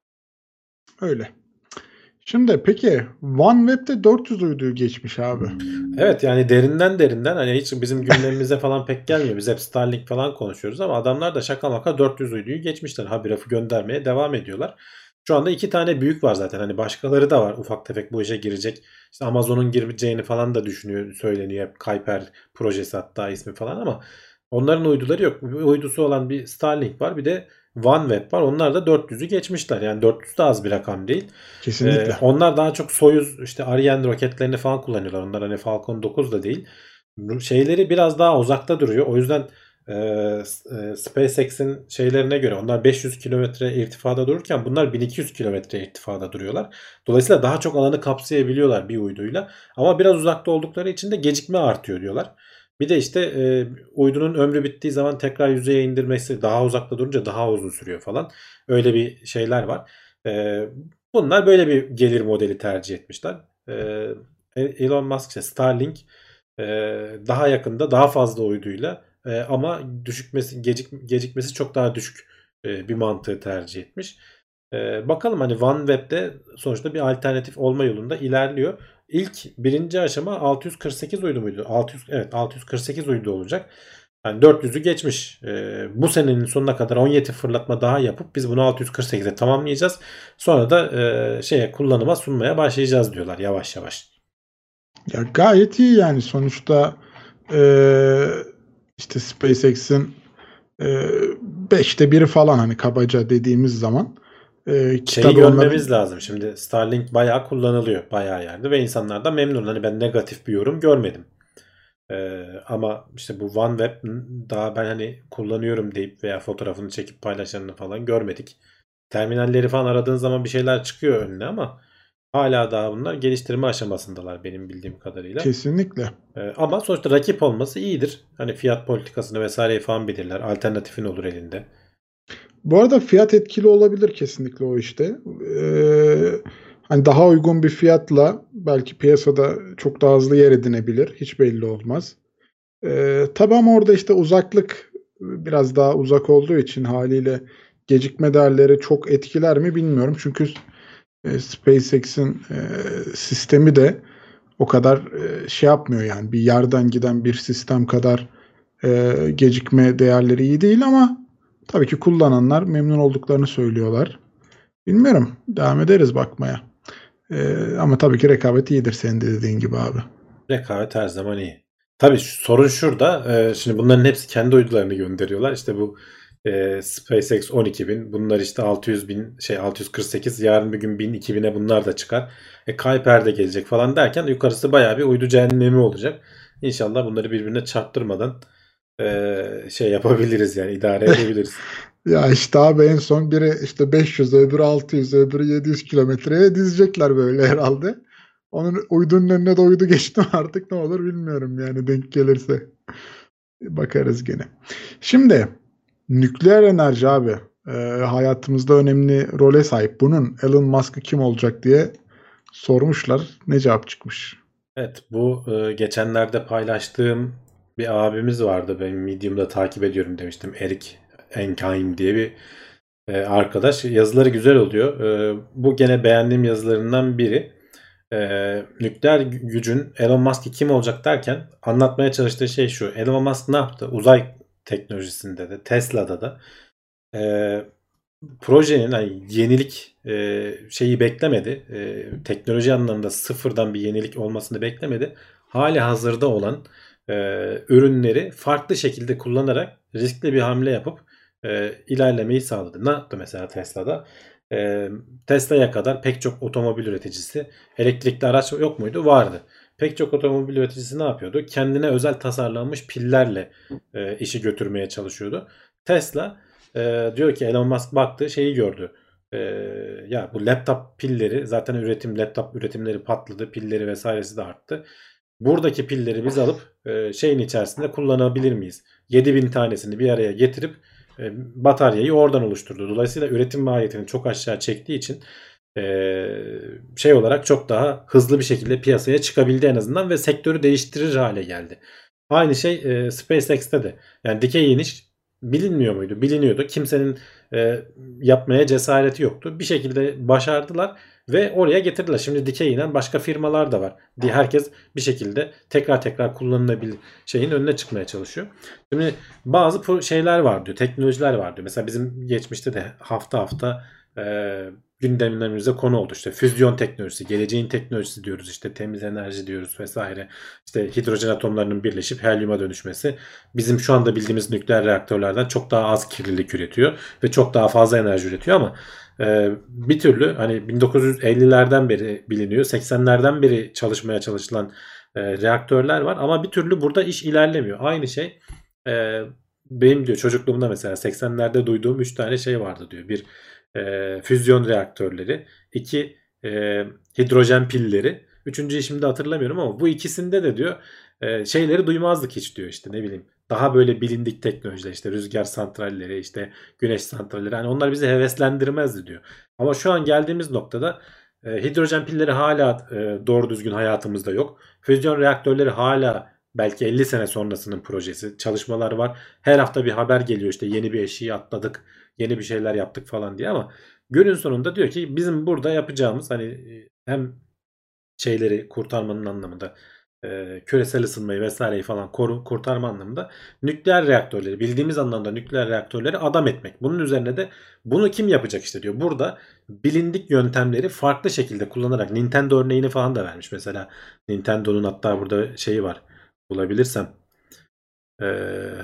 Öyle. Şimdi peki OneWeb'de dört yüz uyduyu geçmiş abi. Evet yani derinden derinden hani hiç bizim gündemimize falan pek gelmiyor. Biz hep Starlink falan konuşuyoruz ama adamlar da şaka maka dört yüz uyduyu geçmişler. Habire göndermeye devam ediyorlar. Şu anda iki tane büyük var zaten. Hani başkaları da var ufak tefek bu işe girecek. İşte Amazon'un gireceğini falan da düşünüyor, söyleniyor. Hep Kuiper projesi hatta ismi falan ama onların uyduları yok. Bir uydusu olan bir Starlink var. Bir de OneWeb var. Onlar da dört yüzü geçmişler. Yani dört yüz de az bir rakam değil. Ee, Kesinlikle. onlar daha çok Soyuz işte Ariane roketlerini falan kullanıyorlar. Onlar hani Falcon dokuz da değil. Bu şeyleri biraz daha uzakta duruyor. O yüzden e, e, SpaceX'in şeylerine göre onlar beş yüz kilometre irtifada dururken bunlar bin iki yüz kilometre irtifada duruyorlar. Dolayısıyla daha çok alanı kapsayabiliyorlar bir uyduyla. Ama biraz uzakta oldukları için de gecikme artıyor diyorlar. Bir de işte e, uydunun ömrü bittiği zaman tekrar yüzeye indirmesi daha uzakta durunca daha uzun sürüyor falan. Öyle bir şeyler var. E, bunlar böyle bir gelir modeli tercih etmişler. E, Elon Musk işte Starlink e, daha yakında daha fazla uyduyla e, ama düşükmesi gecik, gecikmesi çok daha düşük e, bir mantığı tercih etmiş. E, bakalım hani OneWeb'de sonuçta bir alternatif olma yolunda ilerliyor. İlk birinci aşama altı yüz kırk sekiz uydu muydu? altı yüz, evet altı yüz kırk sekiz uydu olacak. Yani dört yüzü geçmiş. E, bu senenin sonuna kadar on yedi fırlatma daha yapıp biz bunu altı yüz kırk sekize tamamlayacağız. Sonra da e, şeye kullanıma sunmaya başlayacağız diyorlar yavaş yavaş. Ya gayet iyi yani sonuçta e, işte SpaceX'in e, beşte biri falan hani kabaca dediğimiz zaman e, ki Şeyi tabii görmemiz onların lazım. Şimdi Starlink bayağı kullanılıyor. Bayağı yerde ve insanlar da memnun. Hani ben negatif bir yorum görmedim. Ee, ama işte bu OneWeb daha ben hani kullanıyorum deyip veya fotoğrafını çekip paylaşanını falan görmedik. Terminalleri falan aradığın zaman bir şeyler çıkıyor önüne ama hala daha bunlar geliştirme aşamasındalar benim bildiğim kadarıyla. kesinlikle. Ee, ama sonuçta rakip olması iyidir. Hani fiyat politikasını vesaireyi falan bilirler. Alternatifin olur elinde. Bu arada fiyat etkili olabilir kesinlikle o işte. Ee, hani daha uygun bir fiyatla belki piyasada çok daha hızlı yer edinebilir. Hiç belli olmaz. Ee, tabii ama orada işte uzaklık biraz daha uzak olduğu için haliyle gecikme değerleri çok etkiler mi bilmiyorum. Çünkü e, SpaceX'in e, sistemi de o kadar e, şey yapmıyor yani bir yerden giden bir sistem kadar e, gecikme değerleri iyi değil ama tabii ki kullananlar memnun olduklarını söylüyorlar. Bilmiyorum. Devam ederiz bakmaya. E, ama tabii ki rekabet iyidir senin de dediğin gibi abi. Rekabet her zaman iyi. Tabii şu- sorun şurada. E, şimdi bunların hepsi kendi uydularını gönderiyorlar. İşte bu e, SpaceX on iki bin. Bunlar işte altı yüz bin şey altı yüz kırk sekiz. Yarın bir gün bin iki bine bunlar da çıkar. E, Kuiper de gelecek falan derken yukarısı bayağı bir uydu cehennemi olacak. İnşallah bunları birbirine çarptırmadan e, şey yapabiliriz yani idare edebiliriz. Ya işte abi en son biri işte beş yüz, öbürü altı yüz, öbürü yedi yüz kilometreye dizecekler böyle herhalde. Onun uydunun önüne de uydu geçti mi artık ne olur bilmiyorum yani denk gelirse. Bakarız gene. Şimdi nükleer enerji abi e, hayatımızda önemli role sahip. Bunun Elon Musk'ı kim olacak diye sormuşlar. Ne cevap çıkmış? Evet, bu e, geçenlerde paylaştığım bir abimiz vardı. Ben Medium'da takip ediyorum demiştim. Erik Enkheim diye bir e, arkadaş. Yazıları güzel oluyor. E, bu gene beğendiğim yazılarından biri. E, nükleer gü- gücün Elon Musk kim olacak derken anlatmaya çalıştığı şey şu. Elon Musk ne yaptı? Uzay teknolojisinde de Tesla'da da e, projenin hani yenilik e, şeyi beklemedi. E, teknoloji anlamında sıfırdan bir yenilik olmasını beklemedi. Hali hazırda olan e, ürünleri farklı şekilde kullanarak riskli bir hamle yapıp e, ilerlemeyi sağladı. Ne yaptı mesela Tesla'da? E, Tesla'ya kadar pek çok otomobil üreticisi elektrikli araç yok muydu? Vardı. Pek çok otomobil üreticisi ne yapıyordu? Kendine özel tasarlanmış pillerle e, işi götürmeye çalışıyordu. Tesla e, diyor ki Elon Musk baktı şeyi gördü. E, ya bu laptop pilleri zaten üretim laptop üretimleri patladı. Pilleri vesairesi de arttı. Buradaki pilleri biz alıp e, şeyin içerisinde kullanabilir miyiz? yedi bin tanesini bir araya getirip e, bataryayı oradan oluşturdu. Dolayısıyla üretim maliyetini çok aşağı çektiği için e, şey olarak çok daha hızlı bir şekilde piyasaya çıkabildi en azından ve sektörü değiştirir hale geldi. Aynı şey e, SpaceX'te de. Yani dikey iniş bilinmiyor muydu? Biliniyordu. Kimsenin e, yapmaya cesareti yoktu. Bir şekilde başardılar ve oraya getirdiler. Şimdi dikey inen başka firmalar da var. Diye herkes bir şekilde tekrar tekrar kullanılabilir şeyin önüne çıkmaya çalışıyor. Şimdi bazı pro- şeyler var diyor. Teknolojiler var diyor. Mesela bizim geçmişte de hafta hafta e, gündemlerimize konu oldu. İşte füzyon teknolojisi, geleceğin teknolojisi diyoruz. İşte temiz enerji diyoruz vesaire. İşte hidrojen atomlarının birleşip helyuma dönüşmesi bizim şu anda bildiğimiz nükleer reaktörlerden çok daha az kirlilik üretiyor ve çok daha fazla enerji üretiyor ama e, bir türlü hani bin dokuz yüz ellilerden beri biliniyor, seksenlerden beri çalışmaya çalışılan e, reaktörler var ama bir türlü burada iş ilerlemiyor. Aynı şey e, benim diyor çocukluğumda mesela seksenlerde duyduğum üç tane şey vardı diyor. Bir e, füzyon reaktörleri, iki e, hidrojen pilleri, üçüncüyü şimdi hatırlamıyorum ama bu ikisinde de diyor e, şeyleri duymazdık hiç diyor, işte ne bileyim. Daha böyle bilindik teknolojiler, işte rüzgar santralleri, işte güneş santralleri, hani onlar bizi heveslendirmezdi diyor. Ama şu an geldiğimiz noktada e, hidrojen pilleri hala e, doğru düzgün hayatımızda yok. Füzyon reaktörleri hala belki elli sene sonrasının projesi. Çalışmalar var. Her hafta bir haber geliyor, işte yeni bir eşiği atladık, yeni bir şeyler yaptık falan diye, ama günün sonunda diyor ki bizim burada yapacağımız, hani e, hem şeyleri kurtarmanın anlamında, e, küresel ısınmayı vesaireyi falan koru, kurtarma anlamında nükleer reaktörleri, bildiğimiz anlamda nükleer reaktörleri adam etmek. Bunun üzerine de bunu kim yapacak işte diyor. Burada bilindik yöntemleri farklı şekilde kullanarak, Nintendo örneğini falan da vermiş. Mesela Nintendo'nun hatta burada şeyi var, bulabilirsem ee,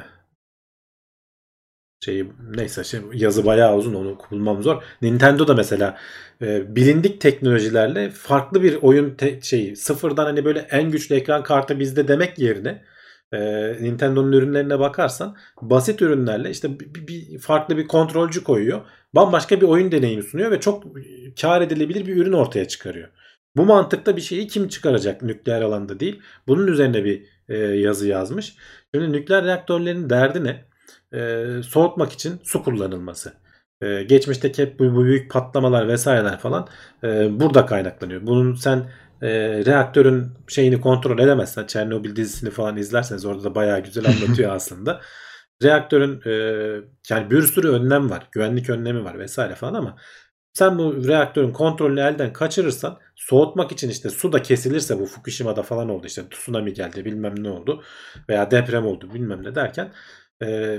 şeyi, neyse şey, yazı bayağı uzun, onu bulmam zor. Nintendo da mesela e, bilindik teknolojilerle farklı bir oyun te- şeyi, sıfırdan hani böyle en güçlü ekran kartı bizde demek yerine e, Nintendo'nun ürünlerine bakarsan basit ürünlerle işte bir, bir farklı bir kontrolcü koyuyor. Bambaşka bir oyun deneyimi sunuyor ve çok kar edilebilir bir ürün ortaya çıkarıyor. Bu mantıkta bir şeyi kim çıkaracak nükleer alanda değil. Bunun üzerine bir e, yazı yazmış. Şimdi nükleer reaktörlerin derdi ne? E, soğutmak için su kullanılması. E, geçmişteki hep bu, bu büyük patlamalar vesaireler falan e, burada kaynaklanıyor. Bunun sen e, reaktörün şeyini kontrol edemezsen, Çernobil dizisini falan izlerseniz orada da bayağı güzel anlatıyor aslında. Reaktörün e, yani bir sürü önlem var. Güvenlik önlemi var vesaire falan, ama sen bu reaktörün kontrolünü elden kaçırırsan, soğutmak için işte su da kesilirse, bu Fukushima'da falan oldu, işte tsunami geldi bilmem ne oldu veya deprem oldu bilmem ne derken e,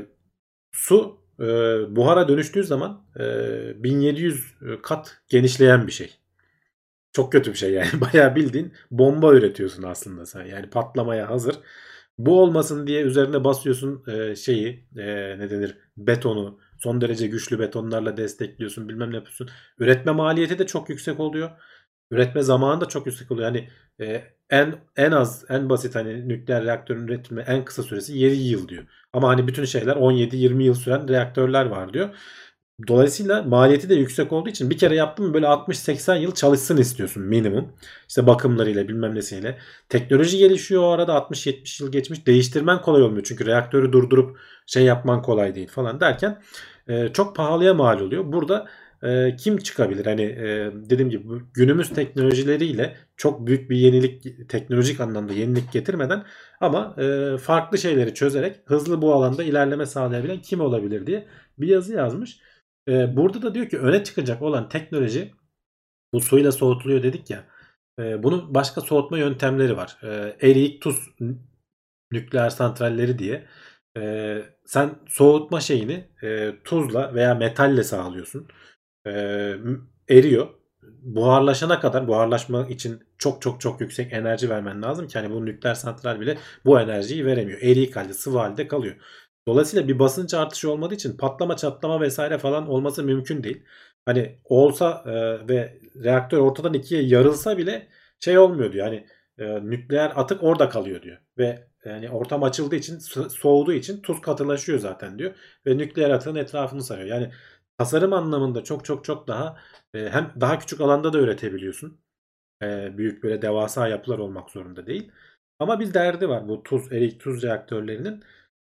su e, buhara dönüştüğü zaman e, bin yedi yüz kat genişleyen bir şey. Çok kötü bir şey yani. Bayağı bildiğin bomba üretiyorsun aslında sen. Yani patlamaya hazır. Bu olmasın diye üzerine basıyorsun e, şeyi, e, ne denir, betonu. Son derece güçlü betonlarla destekliyorsun, bilmem ne yapıyorsun. Üretme maliyeti de çok yüksek oluyor. Üretme zamanı da çok yüksek oluyor. Hani e, en en az, en basit hani nükleer reaktörün üretimi en kısa süresi yedi yıl diyor. Ama hani bütün şeyler on yedi yirmi yıl süren reaktörler var diyor. Dolayısıyla maliyeti de yüksek olduğu için bir kere yaptın mı böyle altmış seksen yıl çalışsın istiyorsun minimum. İşte bakımlarıyla bilmem nesiyle. Teknoloji gelişiyor o arada, altmış yetmiş yıl geçmiş. Değiştirmen kolay olmuyor. Çünkü reaktörü durdurup şey yapman kolay değil falan derken e, çok pahalıya mal oluyor. Burada e, kim çıkabilir? Hani e, dediğim gibi günümüz teknolojileriyle çok büyük bir yenilik, teknolojik anlamda yenilik getirmeden ama e, farklı şeyleri çözerek hızlı bu alanda ilerleme sağlayabilen kim olabilir diye bir yazı yazmış. Ee, burada da diyor ki öne çıkacak olan teknoloji, bu suyla soğutuluyor dedik ya. E, bunun başka soğutma yöntemleri var. E, eriyik tuz nükleer santralleri diye. E, sen soğutma şeyini e, tuzla veya metalle sağlıyorsun. E, eriyor. Buharlaşana kadar, buharlaşma için çok çok çok yüksek enerji vermen lazım ki hani bu nükleer santral bile bu enerjiyi veremiyor. Eriyik halde, sıvı halde kalıyor. Dolayısıyla bir basınç artışı olmadığı için patlama çatlama vesaire falan olması mümkün değil. Hani olsa e, ve reaktör ortadan ikiye yarılsa bile şey olmuyor diyor. Hani e, nükleer atık orada kalıyor diyor. Ve yani ortam açıldığı için, so- soğuduğu için tuz katılaşıyor zaten diyor. Ve nükleer atığın etrafını sarıyor. Yani tasarım anlamında çok çok çok daha e, hem daha küçük alanda da üretebiliyorsun. E, büyük böyle devasa yapılar olmak zorunda değil. Ama bir derdi var bu tuz, erik tuz reaktörlerinin.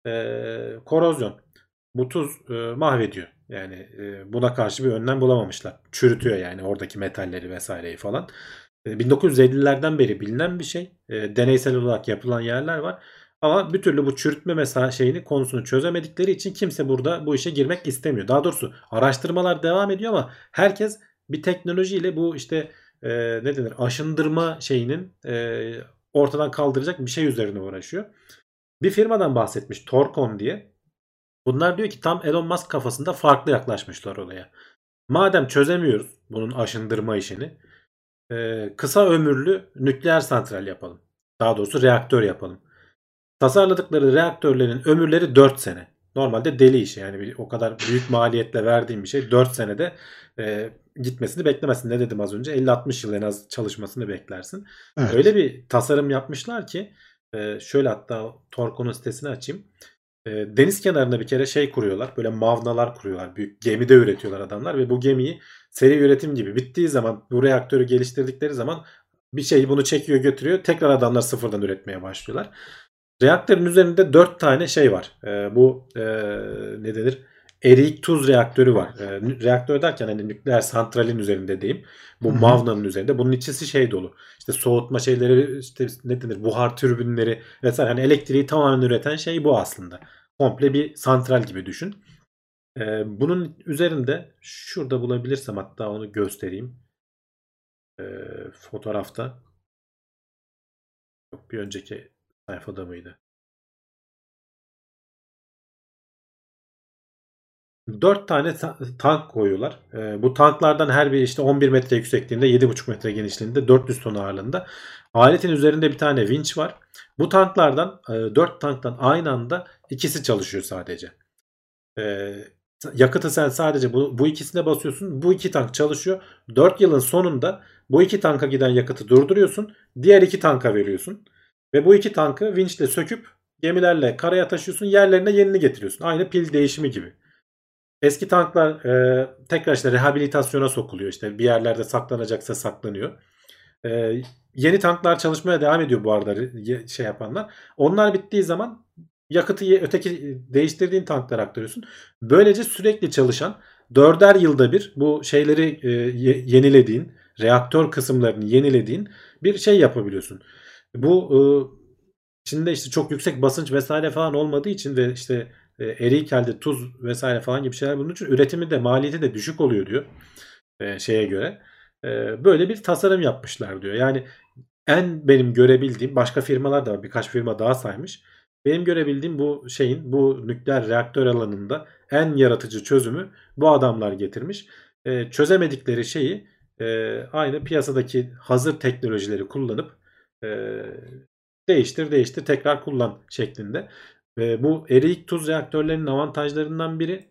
E, korozyon. Bu tuz e, mahvediyor. Yani e, buna karşı bir önlem bulamamışlar. Çürütüyor yani oradaki metalleri vesaireyi falan. E, bin dokuz yüz ellilerden beri bilinen bir şey. E, deneysel olarak yapılan yerler var. Ama bir türlü bu çürütme mesela şeyini, konusunu çözemedikleri için kimse burada bu işe girmek istemiyor. Daha doğrusu araştırmalar devam ediyor ama herkes bir teknolojiyle bu işte e, ne denir, aşındırma şeyinin e, ortadan kaldıracak bir şey üzerine uğraşıyor. Bir firmadan bahsetmiş, Torcon diye. Bunlar diyor ki tam Elon Musk kafasında farklı yaklaşmışlar olaya. Madem çözemiyoruz bunun aşındırma işini, e, kısa ömürlü nükleer santral yapalım. Daha doğrusu reaktör yapalım. Tasarladıkları reaktörlerin ömürleri dört sene. Normalde deli işi, yani bir, o kadar büyük maliyetle verdiğim bir şey dört senede e, gitmesini beklemezsin. Ne dedim az önce, elli altmış yıl en az çalışmasını beklersin. Evet. Öyle bir tasarım yapmışlar ki e, şöyle, hatta Torco'nun sitesini açayım. E, deniz kenarında bir kere şey kuruyorlar. Böyle mavnalar kuruyorlar. Büyük gemide üretiyorlar adamlar ve bu gemiyi seri üretim gibi bittiği zaman, bu reaktörü geliştirdikleri zaman bir şey bunu çekiyor götürüyor. Tekrar adamlar sıfırdan üretmeye başlıyorlar. Reaktörün üzerinde dört tane şey var. E, bu e, ne denir? Eriyik tuz reaktörü var. E, reaktör derken hani nükleer santralin üzerinde diyeyim. Bu Hı hı. mavnanın üzerinde. Bunun içisi şey dolu. İşte soğutma şeyleri, işte ne denir? Buhar türbinleri vesaire. Hani elektriği tamamen üreten şey bu aslında. Komple bir santral gibi düşün. E, bunun üzerinde şurada bulabilirsem hatta onu göstereyim. E, fotoğrafta. Yok, bir önceki sayfada mıydı? dört tane ta- tank koyuyorlar. Ee, bu tanklardan her biri işte on bir metre yüksekliğinde, yedi buçuk metre genişliğinde, dört yüz ton ağırlığında. Aletin üzerinde bir tane vinç var. Bu tanklardan e, dört tanktan aynı anda ikisi çalışıyor sadece. Ee, yakıtı sen sadece bu, bu ikisine basıyorsun. Bu iki tank çalışıyor. dört yılın sonunda bu iki tanka giden yakıtı durduruyorsun. Diğer iki tanka veriyorsun. Ve bu iki tankı vinçle söküp gemilerle karaya taşıyorsun. Yerlerine yenini getiriyorsun. Aynı pil değişimi gibi. Eski tanklar e, tekrar işte rehabilitasyona sokuluyor. İşte bir yerlerde saklanacaksa saklanıyor. E, yeni tanklar çalışmaya devam ediyor bu arada şey yapanlar. Onlar bittiği zaman yakıtı öteki değiştirdiğin tanklara aktarıyorsun. Böylece sürekli çalışan, dörder yılda bir bu şeyleri e, yenilediğin, reaktör kısımlarını yenilediğin bir şey yapabiliyorsun. Bu e, içinde işte çok yüksek basınç vesaire falan olmadığı için ve işte e, erik elde tuz vesaire falan gibi şeyler bulunduğu için üretimi de maliyeti de düşük oluyor diyor e, şeye göre. E, böyle bir tasarım yapmışlar diyor. Yani en benim görebildiğim, başka firmalar da var, birkaç firma daha saymış. Benim görebildiğim bu şeyin, bu nükleer reaktör alanında en yaratıcı çözümü bu adamlar getirmiş. E, çözemedikleri şeyi e, aynı piyasadaki hazır teknolojileri kullanıp e, değiştir değiştir tekrar kullan şeklinde. E, bu eriyik tuz reaktörlerinin avantajlarından biri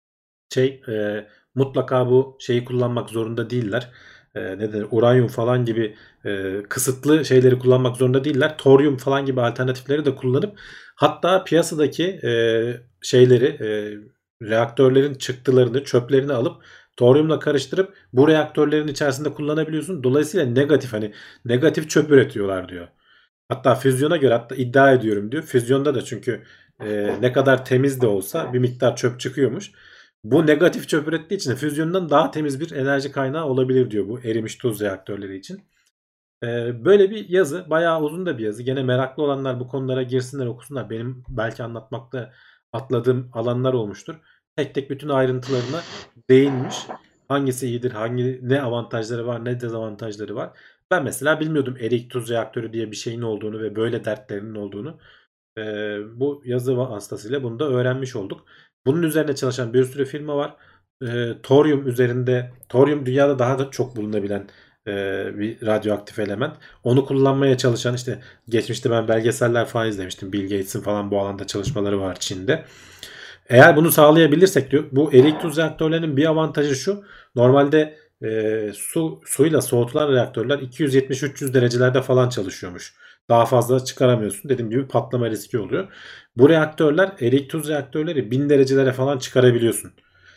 şey e, mutlaka bu şeyi kullanmak zorunda değiller. E, ne denir? Uranyum falan gibi e, kısıtlı şeyleri kullanmak zorunda değiller. Toryum falan gibi alternatifleri de kullanıp hatta piyasadaki e, şeyleri e, reaktörlerin çıktılarını, çöplerini alıp toryumla karıştırıp bu reaktörlerin içerisinde kullanabiliyorsun. Dolayısıyla negatif hani negatif çöp üretiyorlar diyor. Hatta füzyona göre hatta iddia ediyorum diyor. Füzyonda da çünkü e, ne kadar temiz de olsa bir miktar çöp çıkıyormuş. Bu negatif çöp ürettiği için füzyondan daha temiz bir enerji kaynağı olabilir diyor bu erimiş tuz reaktörleri için. E, böyle bir yazı, bayağı uzun da bir yazı. Gene meraklı olanlar bu konulara girsinler, okusunlar. Benim belki anlatmakta atladığım alanlar olmuştur. Tek tek bütün ayrıntılarına değinmiş. Hangisi iyidir, hangi ne avantajları var, ne dezavantajları var. Ben mesela bilmiyordum erik tuz reaktörü diye bir şeyin olduğunu ve böyle dertlerinin olduğunu. Ee, bu yazı vasıtasıyla bunu da öğrenmiş olduk. Bunun üzerine çalışan bir sürü firma var. Ee, toryum üzerinde, toryum dünyada daha da çok bulunabilen e, bir radyoaktif element. Onu kullanmaya çalışan, işte geçmişte ben belgeseller falan izlemiştim. Bill Gates'in falan bu alanda çalışmaları var Çin'de. Eğer bunu sağlayabilirsek diyor, bu erik tuz reaktörlerinin bir avantajı şu. Normalde e, su suyla soğutulan reaktörler iki yüz yetmiş üç yüz derecelerde falan çalışıyormuş. Daha fazla çıkaramıyorsun. Dediğim gibi patlama riski oluyor. Bu reaktörler, erik tuz reaktörleri bin derecelere falan çıkarabiliyorsun.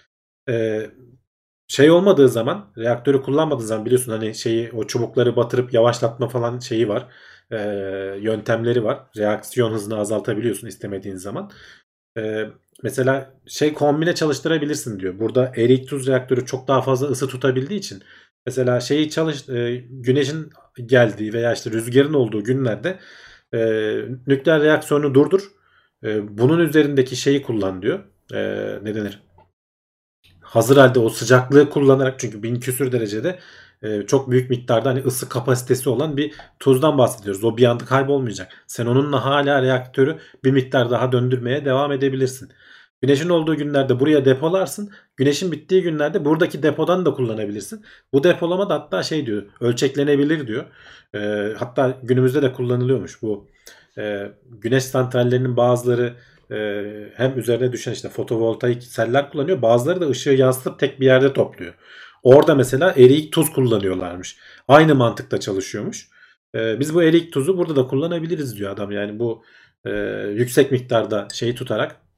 Ee, şey olmadığı zaman, reaktörü kullanmadığın zaman biliyorsun hani şeyi, o çubukları batırıp yavaşlatma falan şeyi var. Ee, yöntemleri var. Reaksiyon hızını azaltabiliyorsun istemediğin zaman. Ee, mesela şey kombine çalıştırabilirsin diyor. Burada erik tuz reaktörü çok daha fazla ısı tutabildiği için mesela şeyi çalış e, güneşin geldiği veya işte rüzgarın olduğu günlerde e, nükleer reaksiyonu durdur. E, bunun üzerindeki şeyi kullan diyor. E, ne denir? Hazır halde o sıcaklığı kullanarak, çünkü bin küsür derecede e, çok büyük miktarda hani ısı kapasitesi olan bir tuzdan bahsediyoruz. O bir anda kaybolmayacak. Sen onunla hala reaktörü bir miktar daha döndürmeye devam edebilirsin. Güneşin olduğu günlerde buraya depolarsın. Güneşin bittiği günlerde buradaki depodan da kullanabilirsin. Bu depolama da hatta şey diyor, ölçeklenebilir diyor. E, hatta günümüzde de kullanılıyormuş bu. E, güneş santrallerinin bazıları e, hem üzerine düşen işte fotovoltaik seller kullanıyor. Bazıları da ışığı yansıtıp tek bir yerde topluyor. Orada mesela eriyik tuz kullanıyorlarmış. Aynı mantıkla çalışıyormuş. E, biz bu eriyik tuzu burada da kullanabiliriz diyor adam. Yani bu e, yüksek miktarda şeyi tutarak,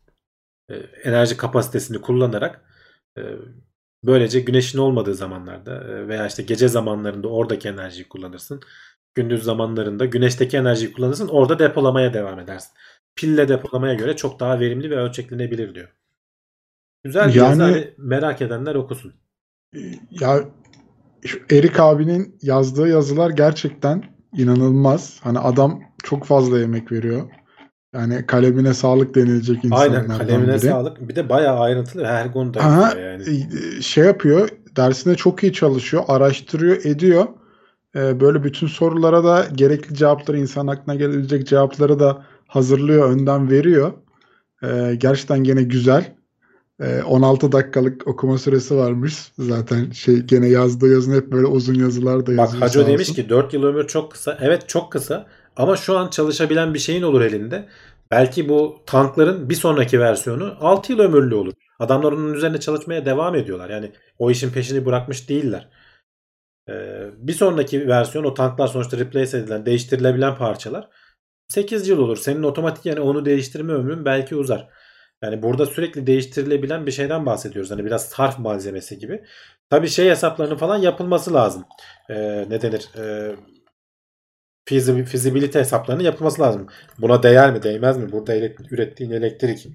e, enerji kapasitesini kullanarak e, böylece güneşin olmadığı zamanlarda e, veya işte gece zamanlarında oradaki enerjiyi kullanırsın. Gündüz zamanlarında güneşteki enerjiyi kullanırsın. Orada depolamaya devam edersin. Pille depolamaya göre çok daha verimli ve ölçeklenebilir diyor. Güzel bir yazı. Yani Hani merak edenler okusun. ya şu Erik abinin yazdığı yazılar gerçekten inanılmaz. Hani adam çok fazla emek veriyor. Yani kalemine sağlık denilecek Aynen, insanlardan kalemine biri. sağlık. Bir de bayağı ayrıntılı ve her konuda Aha, yazıyor yani. e, şey yapıyor, dersinde çok iyi çalışıyor, araştırıyor, ediyor. Ee, böyle bütün sorulara da gerekli cevapları, insan aklına gelebilecek cevapları da hazırlıyor, önden veriyor. Ee, gerçekten gene güzel. Ee, on altı dakikalık okuma süresi varmış. Zaten şey gene yazdığı yazın hep böyle uzun yazılar da Bak yazıyor Haco sağ demiş olsun. ki dört yıl ömür çok kısa. Evet, çok kısa ama şu an çalışabilen bir şeyin olur elinde. Belki bu tankların bir sonraki versiyonu altı yıl ömürlü olur. Adamlar onun üzerine çalışmaya devam ediyorlar. Yani o işin peşini bırakmış değiller. Ee, bir sonraki versiyon, o tanklar sonuçta replace edilen, değiştirilebilen parçalar sekiz yıl olur. Senin otomatik yani onu değiştirme ömrün belki uzar. Yani burada sürekli değiştirilebilen bir şeyden bahsediyoruz. Hani biraz sarf malzemesi gibi. Tabii şey hesaplarının falan yapılması lazım. Ee, ne denir? Ee, feasibi- feasibility hesaplarının yapılması lazım. Buna değer mi, değmez mi? Burada ele- ürettiğin elektrik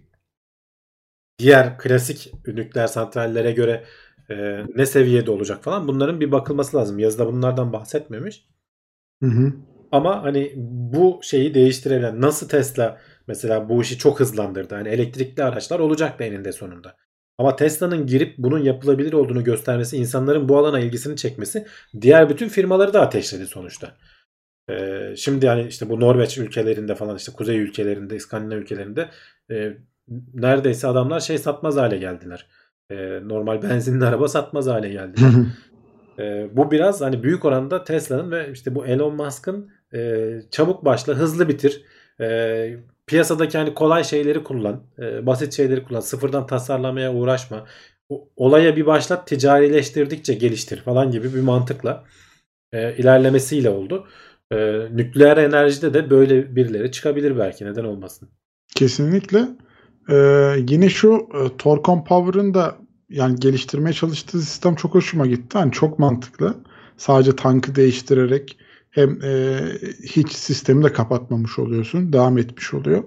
diğer klasik nükleer santrallere göre e, ne seviyede olacak falan. Bunların bir bakılması lazım. Yazıda bunlardan bahsetmemiş. Hı hı. Ama hani bu şeyi değiştirebilen, nasıl Tesla mesela bu işi çok hızlandırdı. Hani elektrikli araçlar olacak da eninde sonunda. Ama Tesla'nın girip bunun yapılabilir olduğunu göstermesi, insanların bu alana ilgisini çekmesi diğer bütün firmaları da ateşledi sonuçta. Ee, şimdi yani işte bu Norveç ülkelerinde falan, işte kuzey ülkelerinde, İskandinav ülkelerinde e, neredeyse adamlar şey satmaz hale geldiler. E, normal benzinli araba satmaz hale geldiler. E, bu biraz hani büyük oranda Tesla'nın ve işte bu Elon Musk'ın e, çabuk başla, hızlı bitir, e, piyasadaki hani kolay şeyleri kullan, e, basit şeyleri kullan, sıfırdan tasarlamaya uğraşma, o- olaya bir başlat, ticarileştirdikçe geliştir falan gibi bir mantıkla e, ilerlemesiyle oldu. E, nükleer enerjide de böyle birileri çıkabilir belki, neden olmasın. Kesinlikle. Ee, yine şu e, Torcon Power'ın da yani geliştirmeye çalıştığı sistem çok hoşuma gitti. Hani çok mantıklı. Sadece tankı değiştirerek hem e, hiç sistemi de kapatmamış oluyorsun. Devam etmiş oluyor.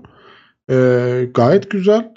Ee, gayet güzel.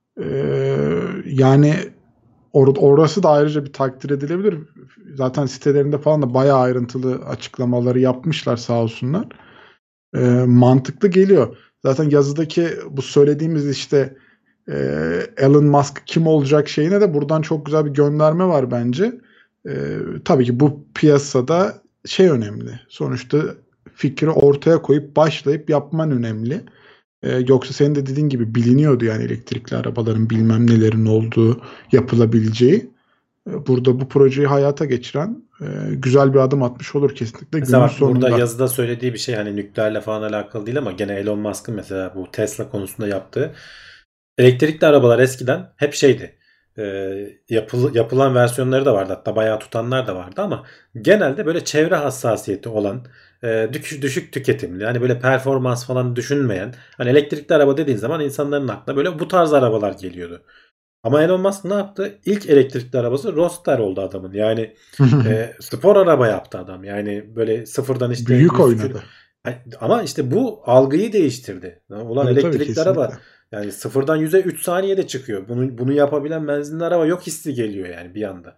Ee, yani or- orası da ayrıca bir takdir edilebilir. Zaten sitelerinde falan da bayağı ayrıntılı açıklamaları yapmışlar sağ olsunlar. Ee, mantıklı geliyor. Zaten yazıdaki bu söylediğimiz işte e, Elon Musk kim olacak şeyine de buradan çok güzel bir gönderme var bence. E, tabii ki bu piyasada şey önemli. Sonuçta fikri ortaya koyup başlayıp yapman önemli. E, yoksa senin de dediğin gibi biliniyordu yani elektrikli arabaların bilmem nelerin olduğu, yapılabileceği. E, burada bu projeyi hayata geçiren e, güzel bir adım atmış olur kesinlikle Mesela günün bak burada sonunda. yazıda söylediği bir şey hani nükleerle falan alakalı değil ama gene Elon Musk'ın mesela bu Tesla konusunda yaptığı, elektrikli arabalar eskiden hep şeydi. E, yapıl, yapılan versiyonları da vardı, hatta bayağı tutanlar da vardı ama genelde böyle çevre hassasiyeti olan, e, düşük, düşük tüketimli, hani böyle performans falan düşünmeyen, hani elektrikli araba dediğin zaman insanların aklına böyle bu tarz arabalar geliyordu. Ama Elon Musk ne yaptı? İlk elektrikli arabası Roadster oldu adamın. Yani e, spor araba yaptı adam. Yani böyle sıfırdan işte Büyük yüz kilo. oynadı. Ama işte bu algıyı değiştirdi. Ulan Tabii tabii elektrikli araba kesinlikle. yani sıfırdan yüze üç saniyede çıkıyor. Bunu bunu yapabilen benzinli araba yok hissi geliyor yani bir anda.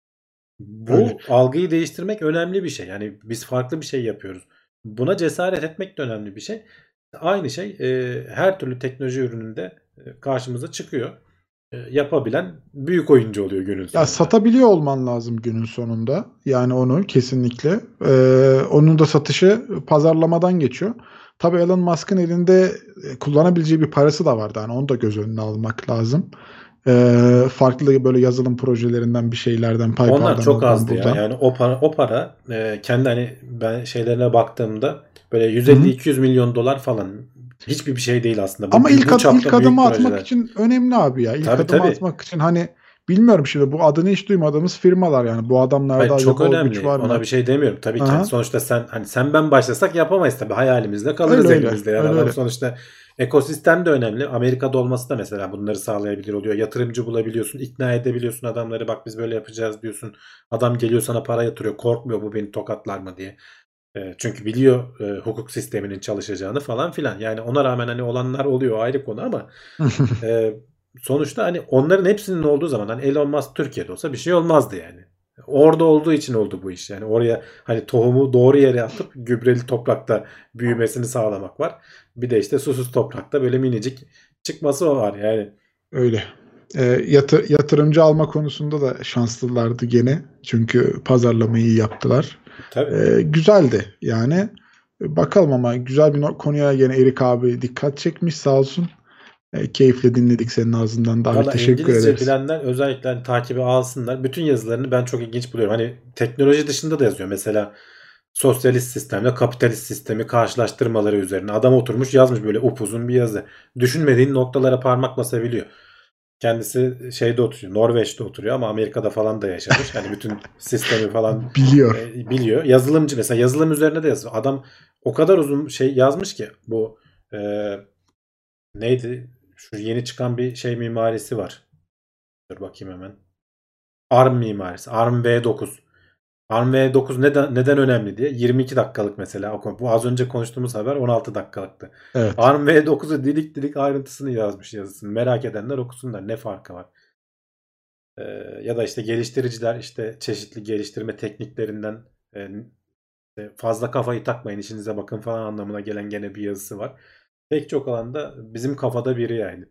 Öyle. Bu algıyı değiştirmek önemli bir şey. Yani biz farklı bir şey yapıyoruz. Buna cesaret etmek de önemli bir şey. Aynı şey e, her türlü teknoloji ürününde e, karşımıza çıkıyor. E, yapabilen büyük oyuncu oluyor günün Ya sonunda. satabiliyor olman lazım günün sonunda. Yani onu kesinlikle. Ee, onun da satışı pazarlamadan geçiyor. Tabii Elon Musk'ın elinde e, kullanabileceği bir parası da vardı. Yani onu da göz önüne almak lazım. Ee, farklı böyle yazılım projelerinden bir şeylerden, Onlar PayPal'dan çok oradan azdı ya. buradan. Yani o para o para e, kendi hani ben şeylerine baktığımda böyle Hı hı. yüz elli iki yüz milyon dolar falan hiçbir bir şey değil aslında. Bu Ama ilk bu ad- ilk çapta büyük adımı atmak projeler. için önemli abi ya. İlk Tabii adımı tabii. atmak için hani bilmiyorum şimdi bu adını hiç duymadığımız firmalar yani. Bu adamlarda Hayır, çok acaba o önemli. güç var Ona mı? bir şey demiyorum. Tabii ki Aha. hani sonuçta sen hani sen ben başlasak yapamayız tabii. Hayalimizle kalırız Öyle öyle. elimizde. Yani Öyle adam öyle. sonuçta ekosistem de önemli. Amerika'da olması da mesela bunları sağlayabilir oluyor. Yatırımcı bulabiliyorsun, ikna edebiliyorsun adamları. Bak biz böyle yapacağız diyorsun. Adam geliyor sana para yatırıyor. Korkmuyor bu beni tokatlar mı diye. E, çünkü biliyor e, hukuk sisteminin çalışacağını falan filan. Yani ona rağmen hani olanlar oluyor ayrı konu ama e, sonuçta hani onların hepsinin olduğu zaman hani Elon Musk Türkiye'de olsa bir şey olmazdı yani. Orada olduğu için oldu bu iş. Yani oraya hani tohumu doğru yere atıp gübreli toprakta büyümesini sağlamak var. Bir de işte susuz toprakta böyle minicik çıkması var yani. Öyle. E, yatı, yatırımcı alma konusunda da şanslılardı gene. Çünkü pazarlamayı iyi yaptılar. Tabii. E, güzeldi yani. Bakalım ama güzel bir no- konuya gene Erik abi dikkat çekmiş sağ olsun. E, keyifle dinledik senin ağzından da abi. Valla Teşekkür İngilizce ederiz. bilenler özellikle hani takibi alsınlar. Bütün yazılarını ben çok ilginç buluyorum. Hani teknoloji dışında da yazıyor. Mesela sosyalist sistemle kapitalist sistemi karşılaştırmaları üzerine. Adam oturmuş yazmış böyle upuzun bir yazı. Düşünmediğin noktalara parmak basabiliyor. Kendisi şeyde oturuyor. Norveç'te oturuyor ama Amerika'da falan da yaşamış. Hani bütün sistemi falan Biliyor. e, biliyor. Yazılımcı mesela yazılım üzerine de yazıyor. Adam o kadar uzun şey yazmış ki bu e, neydi? Şu yeni çıkan bir şey mimarisi var. Dur bakayım hemen. ARM mimarisi. ARM V dokuz. ARM V dokuz neden neden önemli diye. yirmi iki dakikalık mesela. Bu az önce konuştuğumuz haber on altı dakikalıktı. Evet. ARM V dokuzu dilik dilik ayrıntısını yazmış yazısını. Merak edenler okusunlar. Ne farkı var? Ee, ya da işte geliştiriciler işte çeşitli geliştirme tekniklerinden e, fazla kafayı takmayın işinize bakın falan anlamına gelen gene bir yazısı var. Pek çok alanda bizim kafada biri yani.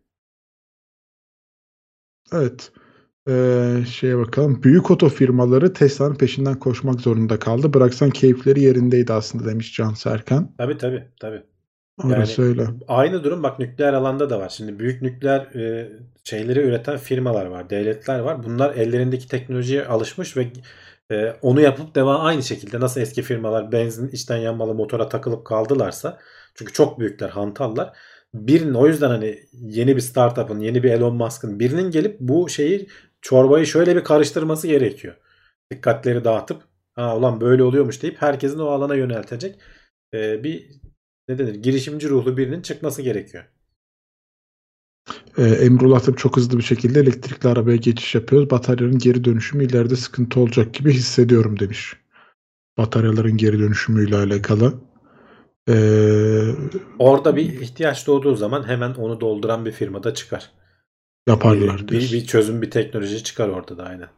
Evet. Ee, şeye bakalım. Büyük oto firmaları Tesla'nın peşinden koşmak zorunda kaldı. Bıraksan keyifleri yerindeydi aslında demiş Can Serkan. Tabii tabii tabii. Orası Yani öyle. aynı durum bak nükleer alanda da var. Şimdi büyük nükleer e, şeyleri üreten firmalar var, devletler var. Bunlar ellerindeki teknolojiye alışmış ve e, onu yapıp devam aynı şekilde nasıl eski firmalar benzin içten yanmalı motora takılıp kaldılarsa çünkü çok büyükler, hantallar. Birinin o yüzden hani yeni bir startup'ın, yeni bir Elon Musk'ın birinin gelip bu şeyi çorbayı şöyle bir karıştırması gerekiyor. Dikkatleri dağıtıp ha ulan böyle oluyormuş deyip herkesin o alana yöneltecek e, bir ne denir girişimci ruhlu birinin çıkması gerekiyor. Ee, Emrullah Atıp çok hızlı bir şekilde elektrikli arabaya geçiş yapıyoruz. Bataryanın geri dönüşümü ileride sıkıntı olacak gibi hissediyorum demiş. Bataryaların geri dönüşümüyle alakalı. Ee, Orada bir ihtiyaç doğduğu zaman hemen onu dolduran bir firmada çıkar. yaparlar Bir, bir, bir diyorsun. çözüm bir teknoloji çıkar orada da aynen.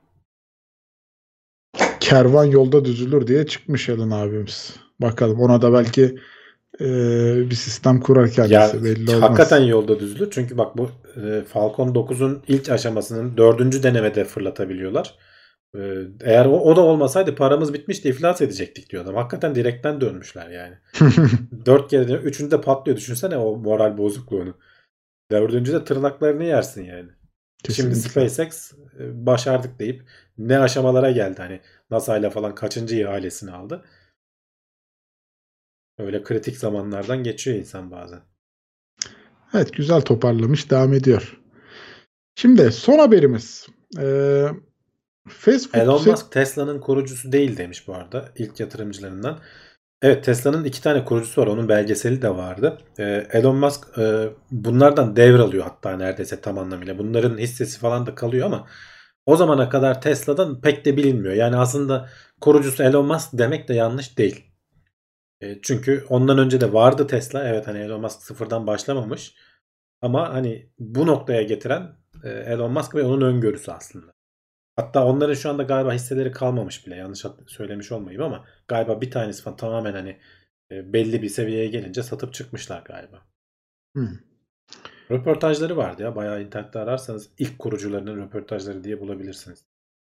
Kervan yolda düzülür diye çıkmış Elon abimiz. Bakalım ona da belki e, bir sistem kurar Ya kendisi belli hakikaten olmaz. yolda düzülür. Çünkü bak bu e, Falcon dokuzun ilk aşamasının dördüncü denemede fırlatabiliyorlar. E, eğer o, o da olmasaydı paramız bitmişti iflas edecektik diyor adam. Hakikaten direkten dönmüşler yani. Dört kere dönüyor. Üçüncü de patlıyor. Düşünsene o moral bozukluğunu. Dördüncü de tırnaklarını yersin yani. Şimdi Kesinlikle. SpaceX e, başardık deyip ne aşamalara geldi hani NASA ile falan kaçıncı ihalesini aldı. Öyle kritik zamanlardan geçiyor insan bazen. Evet güzel toparlamış devam ediyor. Şimdi son haberimiz. Ee, fast food Elon set Musk Tesla'nın kurucusu değil demiş bu arada ilk yatırımcılarından. Evet Tesla'nın iki tane kurucusu var. Onun belgeseli de vardı. Ee, Elon Musk e, bunlardan devralıyor hatta neredeyse tam anlamıyla. Bunların hissesi falan da kalıyor ama o zamana kadar Tesla'dan pek de bilinmiyor. Yani aslında kurucusu Elon Musk demek de yanlış değil. E, çünkü ondan önce de vardı Tesla. Evet hani Elon Musk sıfırdan başlamamış. Ama hani bu noktaya getiren e, Elon Musk ve onun öngörüsü aslında. Hatta onların şu anda galiba hisseleri kalmamış bile. Yanlış söylemiş olmayayım ama galiba bir tanesi falan tamamen hani e, belli bir seviyeye gelince satıp çıkmışlar galiba. hmm, Röportajları vardı ya. Bayağı internette ararsanız ilk kurucularının röportajları diye bulabilirsiniz.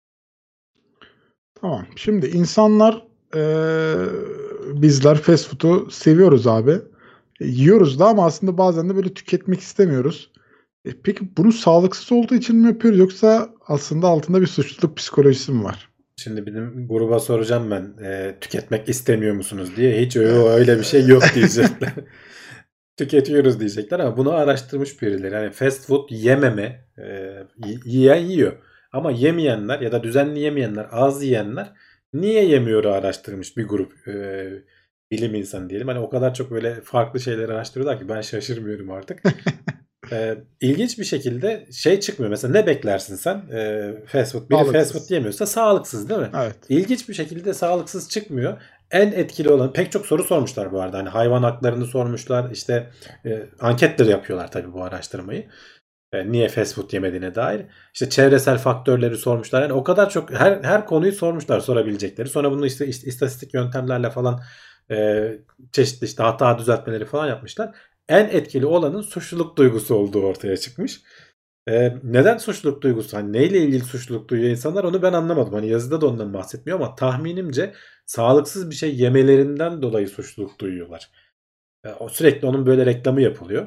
tamam. Şimdi insanlar ee, bizler fast food'u seviyoruz abi. E, yiyoruz da ama aslında bazen de böyle tüketmek istemiyoruz. E, peki bunu sağlıksız olduğu için mi yapıyoruz yoksa aslında altında bir suçluluk psikolojisi mi var? Şimdi bizim gruba soracağım ben e, tüketmek istemiyor musunuz diye. Hiç öyle, öyle bir şey yok diyecekler. Tüketiyoruz diyecekler ama bunu araştırmış birileri. Yani fast food yememe e, yiyen yiyor. Ama yemeyenler ya da düzenli yemeyenler, az yiyenler niye yemiyor araştırmış bir grup e, bilim insanı diyelim. Hani o kadar çok böyle farklı şeyleri araştırıyorlar ki ben şaşırmıyorum artık. e, ilginç bir şekilde şey çıkmıyor. Mesela ne beklersin sen? E, fast food. Biri Sağlıksız. fast food yemiyorsa sağlıksız değil mi? Evet. İlginç bir şekilde sağlıksız çıkmıyor. En etkili olan pek çok soru sormuşlar bu arada. Hani hayvan haklarını sormuşlar. İşte e, anketleri yapıyorlar tabii bu araştırmayı. E, niye fast food yemediğine dair. İşte çevresel faktörleri sormuşlar. Yani o kadar çok her her konuyu sormuşlar sorabilecekleri. Sonra bunu işte, işte istatistik yöntemlerle falan e, çeşitli işte hata düzeltmeleri falan yapmışlar. En etkili olanın suçluluk duygusu olduğu ortaya çıkmış. Ee, neden suçluluk duygusu? Hani neyle ilgili suçluluk duyuyor insanlar onu ben anlamadım. Hani yazıda da ondan bahsetmiyor ama tahminimce sağlıksız bir şey yemelerinden dolayı suçluluk duyuyorlar. Ee, o sürekli onun böyle reklamı yapılıyor.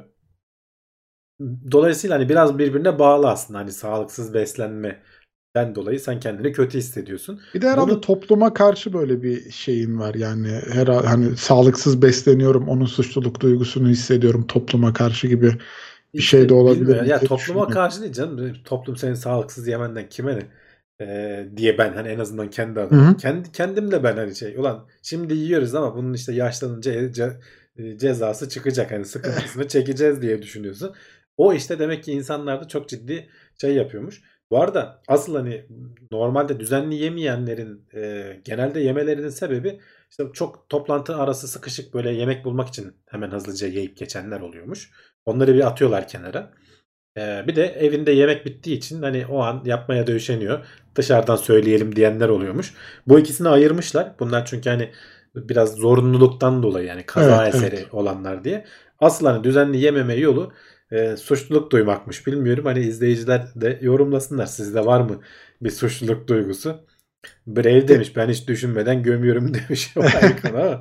Dolayısıyla hani biraz birbirine bağlı aslında. Hani sağlıksız beslenmeden dolayı sen kendini kötü hissediyorsun. Bir de herhalde Bunu- topluma karşı böyle bir şeyin var yani herhalde hani sağlıksız besleniyorum onun suçluluk duygusunu hissediyorum topluma karşı gibi bir İşte şey de olabilir bilmiyorum. Ya diye topluma düşünüyorum. karşı değil canım. Toplum senin sağlıksız yemenden kime ne? Ee, diye ben hani en azından kendi Hı adıma. hı. Kendi kendim de ben hani şey ulan şimdi yiyoruz ama bunun işte yaşlanınca e- ce- e, cezası çıkacak. Hani sıkıntısını çekeceğiz diye düşünüyorsun. O işte demek ki insanlar da çok ciddi şey yapıyormuş. Bu arada asıl hani normalde düzenli yemeyenlerin e, genelde yemelerinin sebebi işte çok toplantı arası sıkışık böyle yemek bulmak için hemen hızlıca yiyip geçenler oluyormuş. Onları bir atıyorlar kenara. Ee, bir de evinde yemek bittiği için hani o an yapmaya da üşeniyor. Dışarıdan söyleyelim diyenler oluyormuş. Bu ikisini ayırmışlar. Bunlar çünkü hani biraz zorunluluktan dolayı yani kaza Evet, eseri evet. olanlar diye. Asıl hani düzenli yememe yolu e, suçluluk duymakmış. Bilmiyorum hani izleyiciler de yorumlasınlar. Sizde var mı bir suçluluk duygusu? Brave demiş ben hiç düşünmeden gömüyorum demiş. O ayrı konu ama.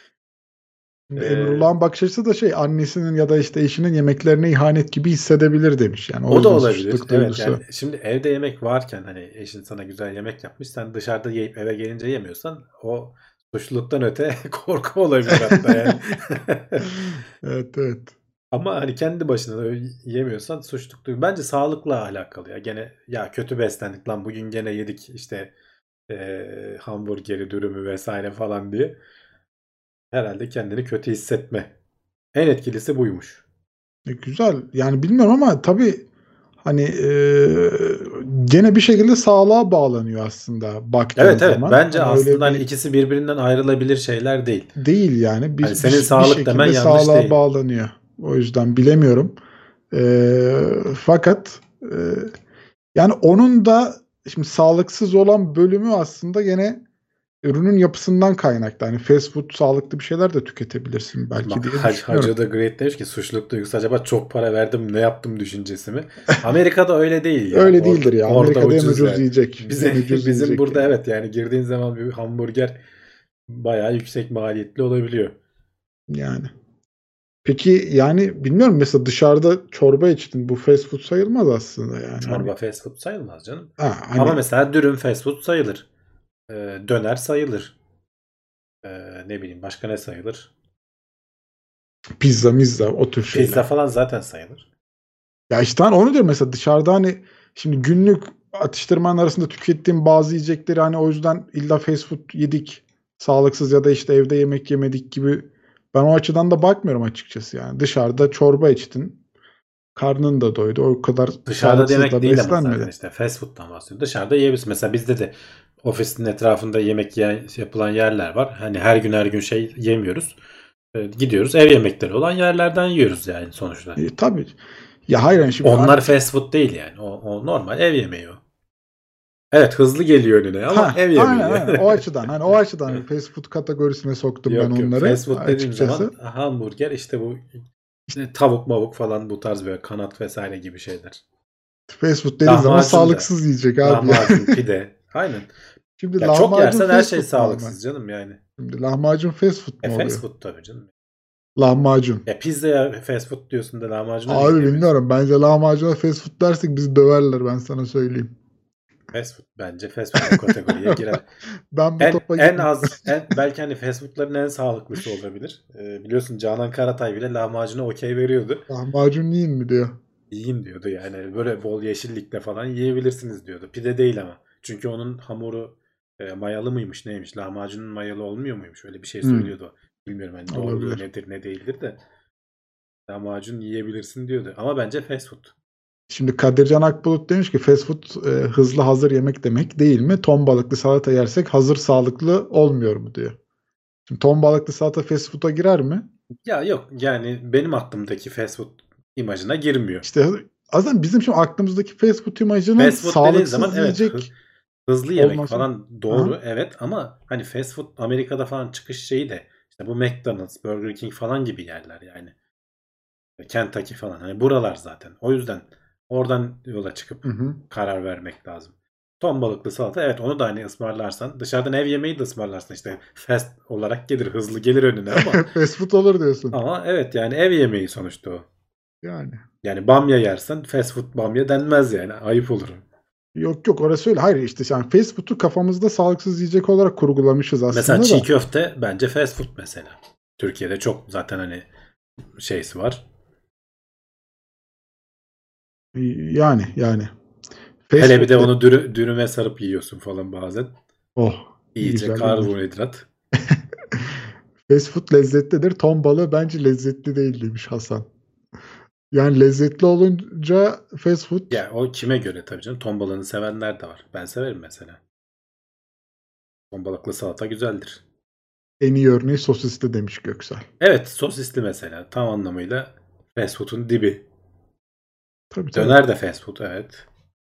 Şimdi Ee, Emrullah'ın bakış açısı da şey annesinin ya da işte eşinin yemeklerine ihanet gibi hissedebilir demiş. Yani o, O da yüzden olabilir. suçluluk Evet duygusu. yani şimdi evde yemek varken hani eşin sana güzel yemek yapmış. Sen dışarıda yiyip eve gelince yemiyorsan o suçluluktan öte korku olabilir hatta yani. Evet, evet. Ama hani kendi başına da yemiyorsan suçluluk duygu. Bence sağlıkla alakalı ya. Gene ya kötü beslendik lan bugün gene yedik işte eee, hamburgeri, dürümü vesaire falan diye. Herhalde kendini kötü hissetme. En etkilisi buymuş. E, güzel. Yani bilmiyorum ama tabii hani e, gene bir şekilde sağlığa bağlanıyor aslında baktığın Evet evet zaman. bence Hani öyle aslında hani bir ikisi birbirinden ayrılabilir şeyler değil. değil yani. Hani Bir, senin bir, bir sağlık demen şekilde yanlış sağlığa değil. bağlanıyor. O yüzden bilemiyorum. E, fakat e, yani onun da şimdi sağlıksız olan bölümü aslında gene ürünün yapısından kaynaklı. Hani fast food sağlıklı bir şeyler de tüketebilirsin belki Bak diye Hacı, düşünüyorum. Hacı da Great demiş ki suçluluk duygusu acaba çok para verdim ne yaptım düşüncesi mi? Amerika'da öyle değil ya. Öyle Orada, değildir ya. orada Amerika'da en ucuz ucuz yani. yiyecek. Bize, En ucuz bizim yiyecek burada yani. evet yani girdiğin zaman bir hamburger bayağı yüksek maliyetli olabiliyor. Yani. Peki yani bilmiyorum mesela dışarıda çorba içtin. Bu fast food sayılmaz aslında yani. Hani, Çorba fast food sayılmaz canım. ha, Ama hani mesela dürüm fast food sayılır. Ee, döner sayılır. Ee, ne bileyim başka ne sayılır? pizza mizza o tür Pizza şeyler. falan zaten sayılır. Ya işte hani onu diyorum mesela dışarıda hani şimdi günlük atıştırmanın arasında tükettiğim bazı yiyecekleri hani o yüzden illa fast food yedik sağlıksız ya da işte evde yemek yemedik gibi ben o açıdan da bakmıyorum açıkçası yani. Dışarıda çorba içtin. Karnın da doydu. O kadar Dışarıda sağlıksız demek da değil ama zaten beslenmedi. işte fast food'dan bahsediyorum. Dışarıda yiyebilirsin. Mesela bizde de ofisin etrafında yemek yiyen, yapılan yerler var. Hani her gün her gün şey yemiyoruz. Ee, gidiyoruz ev yemekleri olan yerlerden yiyoruz yani sonuçta. E, tabii. Ya hayır yani şimdi Onlar hani fast food değil yani. O, o normal ev yemeği o. Evet hızlı geliyor önüne ama ha ev aynen yemeği. aynen o açıdan hani o açıdan hani fast food kategorisine soktum ben Yok yok. onları Fast food dediğim zaman açıkçası. hamburger işte bu işte tavuk mavuk falan bu tarz böyle kanat vesaire gibi şeyler. Fast food dediğin zaman Lahmacun da. sağlıksız yiyecek abi ya. Lahmacun, pide. Aynen. Şimdi Ya çok lahmacun yersen her fast şey food mu ama? sağlıksız canım yani. Şimdi lahmacun fast food E mu fast oluyor? food tabii canım. Lahmacun. Ya pizzaya fast food diyorsun da lahmacuna niye Abi demiyorsun? bilmiyorum. Bence lahmacuna fast food dersek bizi döverler ben sana söyleyeyim. Fast food bence fast food o kategoriye girer. Ben bu En topa en girmem. az en, belki hani fast foodların en sağlıklısı olabilir. Ee, biliyorsun Canan Karatay bile lahmacuna okey veriyordu. Lahmacun yiyin mi diyor. yiyin diyordu yani. Böyle bol yeşillikle falan yiyebilirsiniz diyordu. Pide değil ama. Çünkü onun hamuru e, mayalı mıymış neymiş? Lahmacunun mayalı olmuyor muymuş? Öyle bir şey Hmm, söylüyordu. Bilmiyorum hani doğruluğu olabilir. nedir ne değildir de. Lahmacun yiyebilirsin diyordu. Ama bence fast food. Şimdi Kadircan Akbulut demiş ki fast food e, hızlı hazır yemek demek değil mi? Ton balıklı salata yersek hazır sağlıklı olmuyor mu diyor. Şimdi ton balıklı salata fast food'a girer mi? Ya yok yani benim aklımdaki fast food imajına girmiyor. İşte aslında bizim şimdi aklımızdaki fast food imajının Fast food dediğin zaman sağlıksız evet hı- yiyecek hızlı yemek olması. falan doğru Aha. evet ama hani fast food Amerika'da falan çıkış şeyi de işte bu McDonald's, Burger King falan gibi yerler yani. Kentucky falan hani buralar zaten. O yüzden oradan yola çıkıp Hı hı. karar vermek lazım. Ton balıklı salata evet onu da hani ısmarlarsan dışarıdan ev yemeği de ısmarlarsın işte fast olarak gelir hızlı gelir önüne ama Fast food olur diyorsun. ama evet yani ev yemeği sonuçta o. Yani. Yani bamya yersen fast food bamya denmez yani ayıp olur. Yok yok orası öyle. Hayır işte yani fast food'u kafamızda sağlıksız yiyecek olarak kurgulamışız Mesela aslında çiğ da. köfte bence fast food mesela. Türkiye'de çok zaten hani şeysi var. Yani yani. Fast Hele bir de food de. onu dürü, dürüme sarıp yiyorsun falan bazen. Oh İyice güzel olur. karbonhidrat. Fast food lezzetlidir. Ton balığı bence lezzetli değil demiş Hasan. Yani lezzetli olunca fast food Ya o kime göre tabii canım. Ton balığını sevenler de var. Ben severim mesela. Ton balıklı salata güzeldir. en iyi örneği sosisli demiş Göksel. Evet sosisli mesela. Tam anlamıyla fast food'un dibi. Tabii tabii. Döner de fast food evet.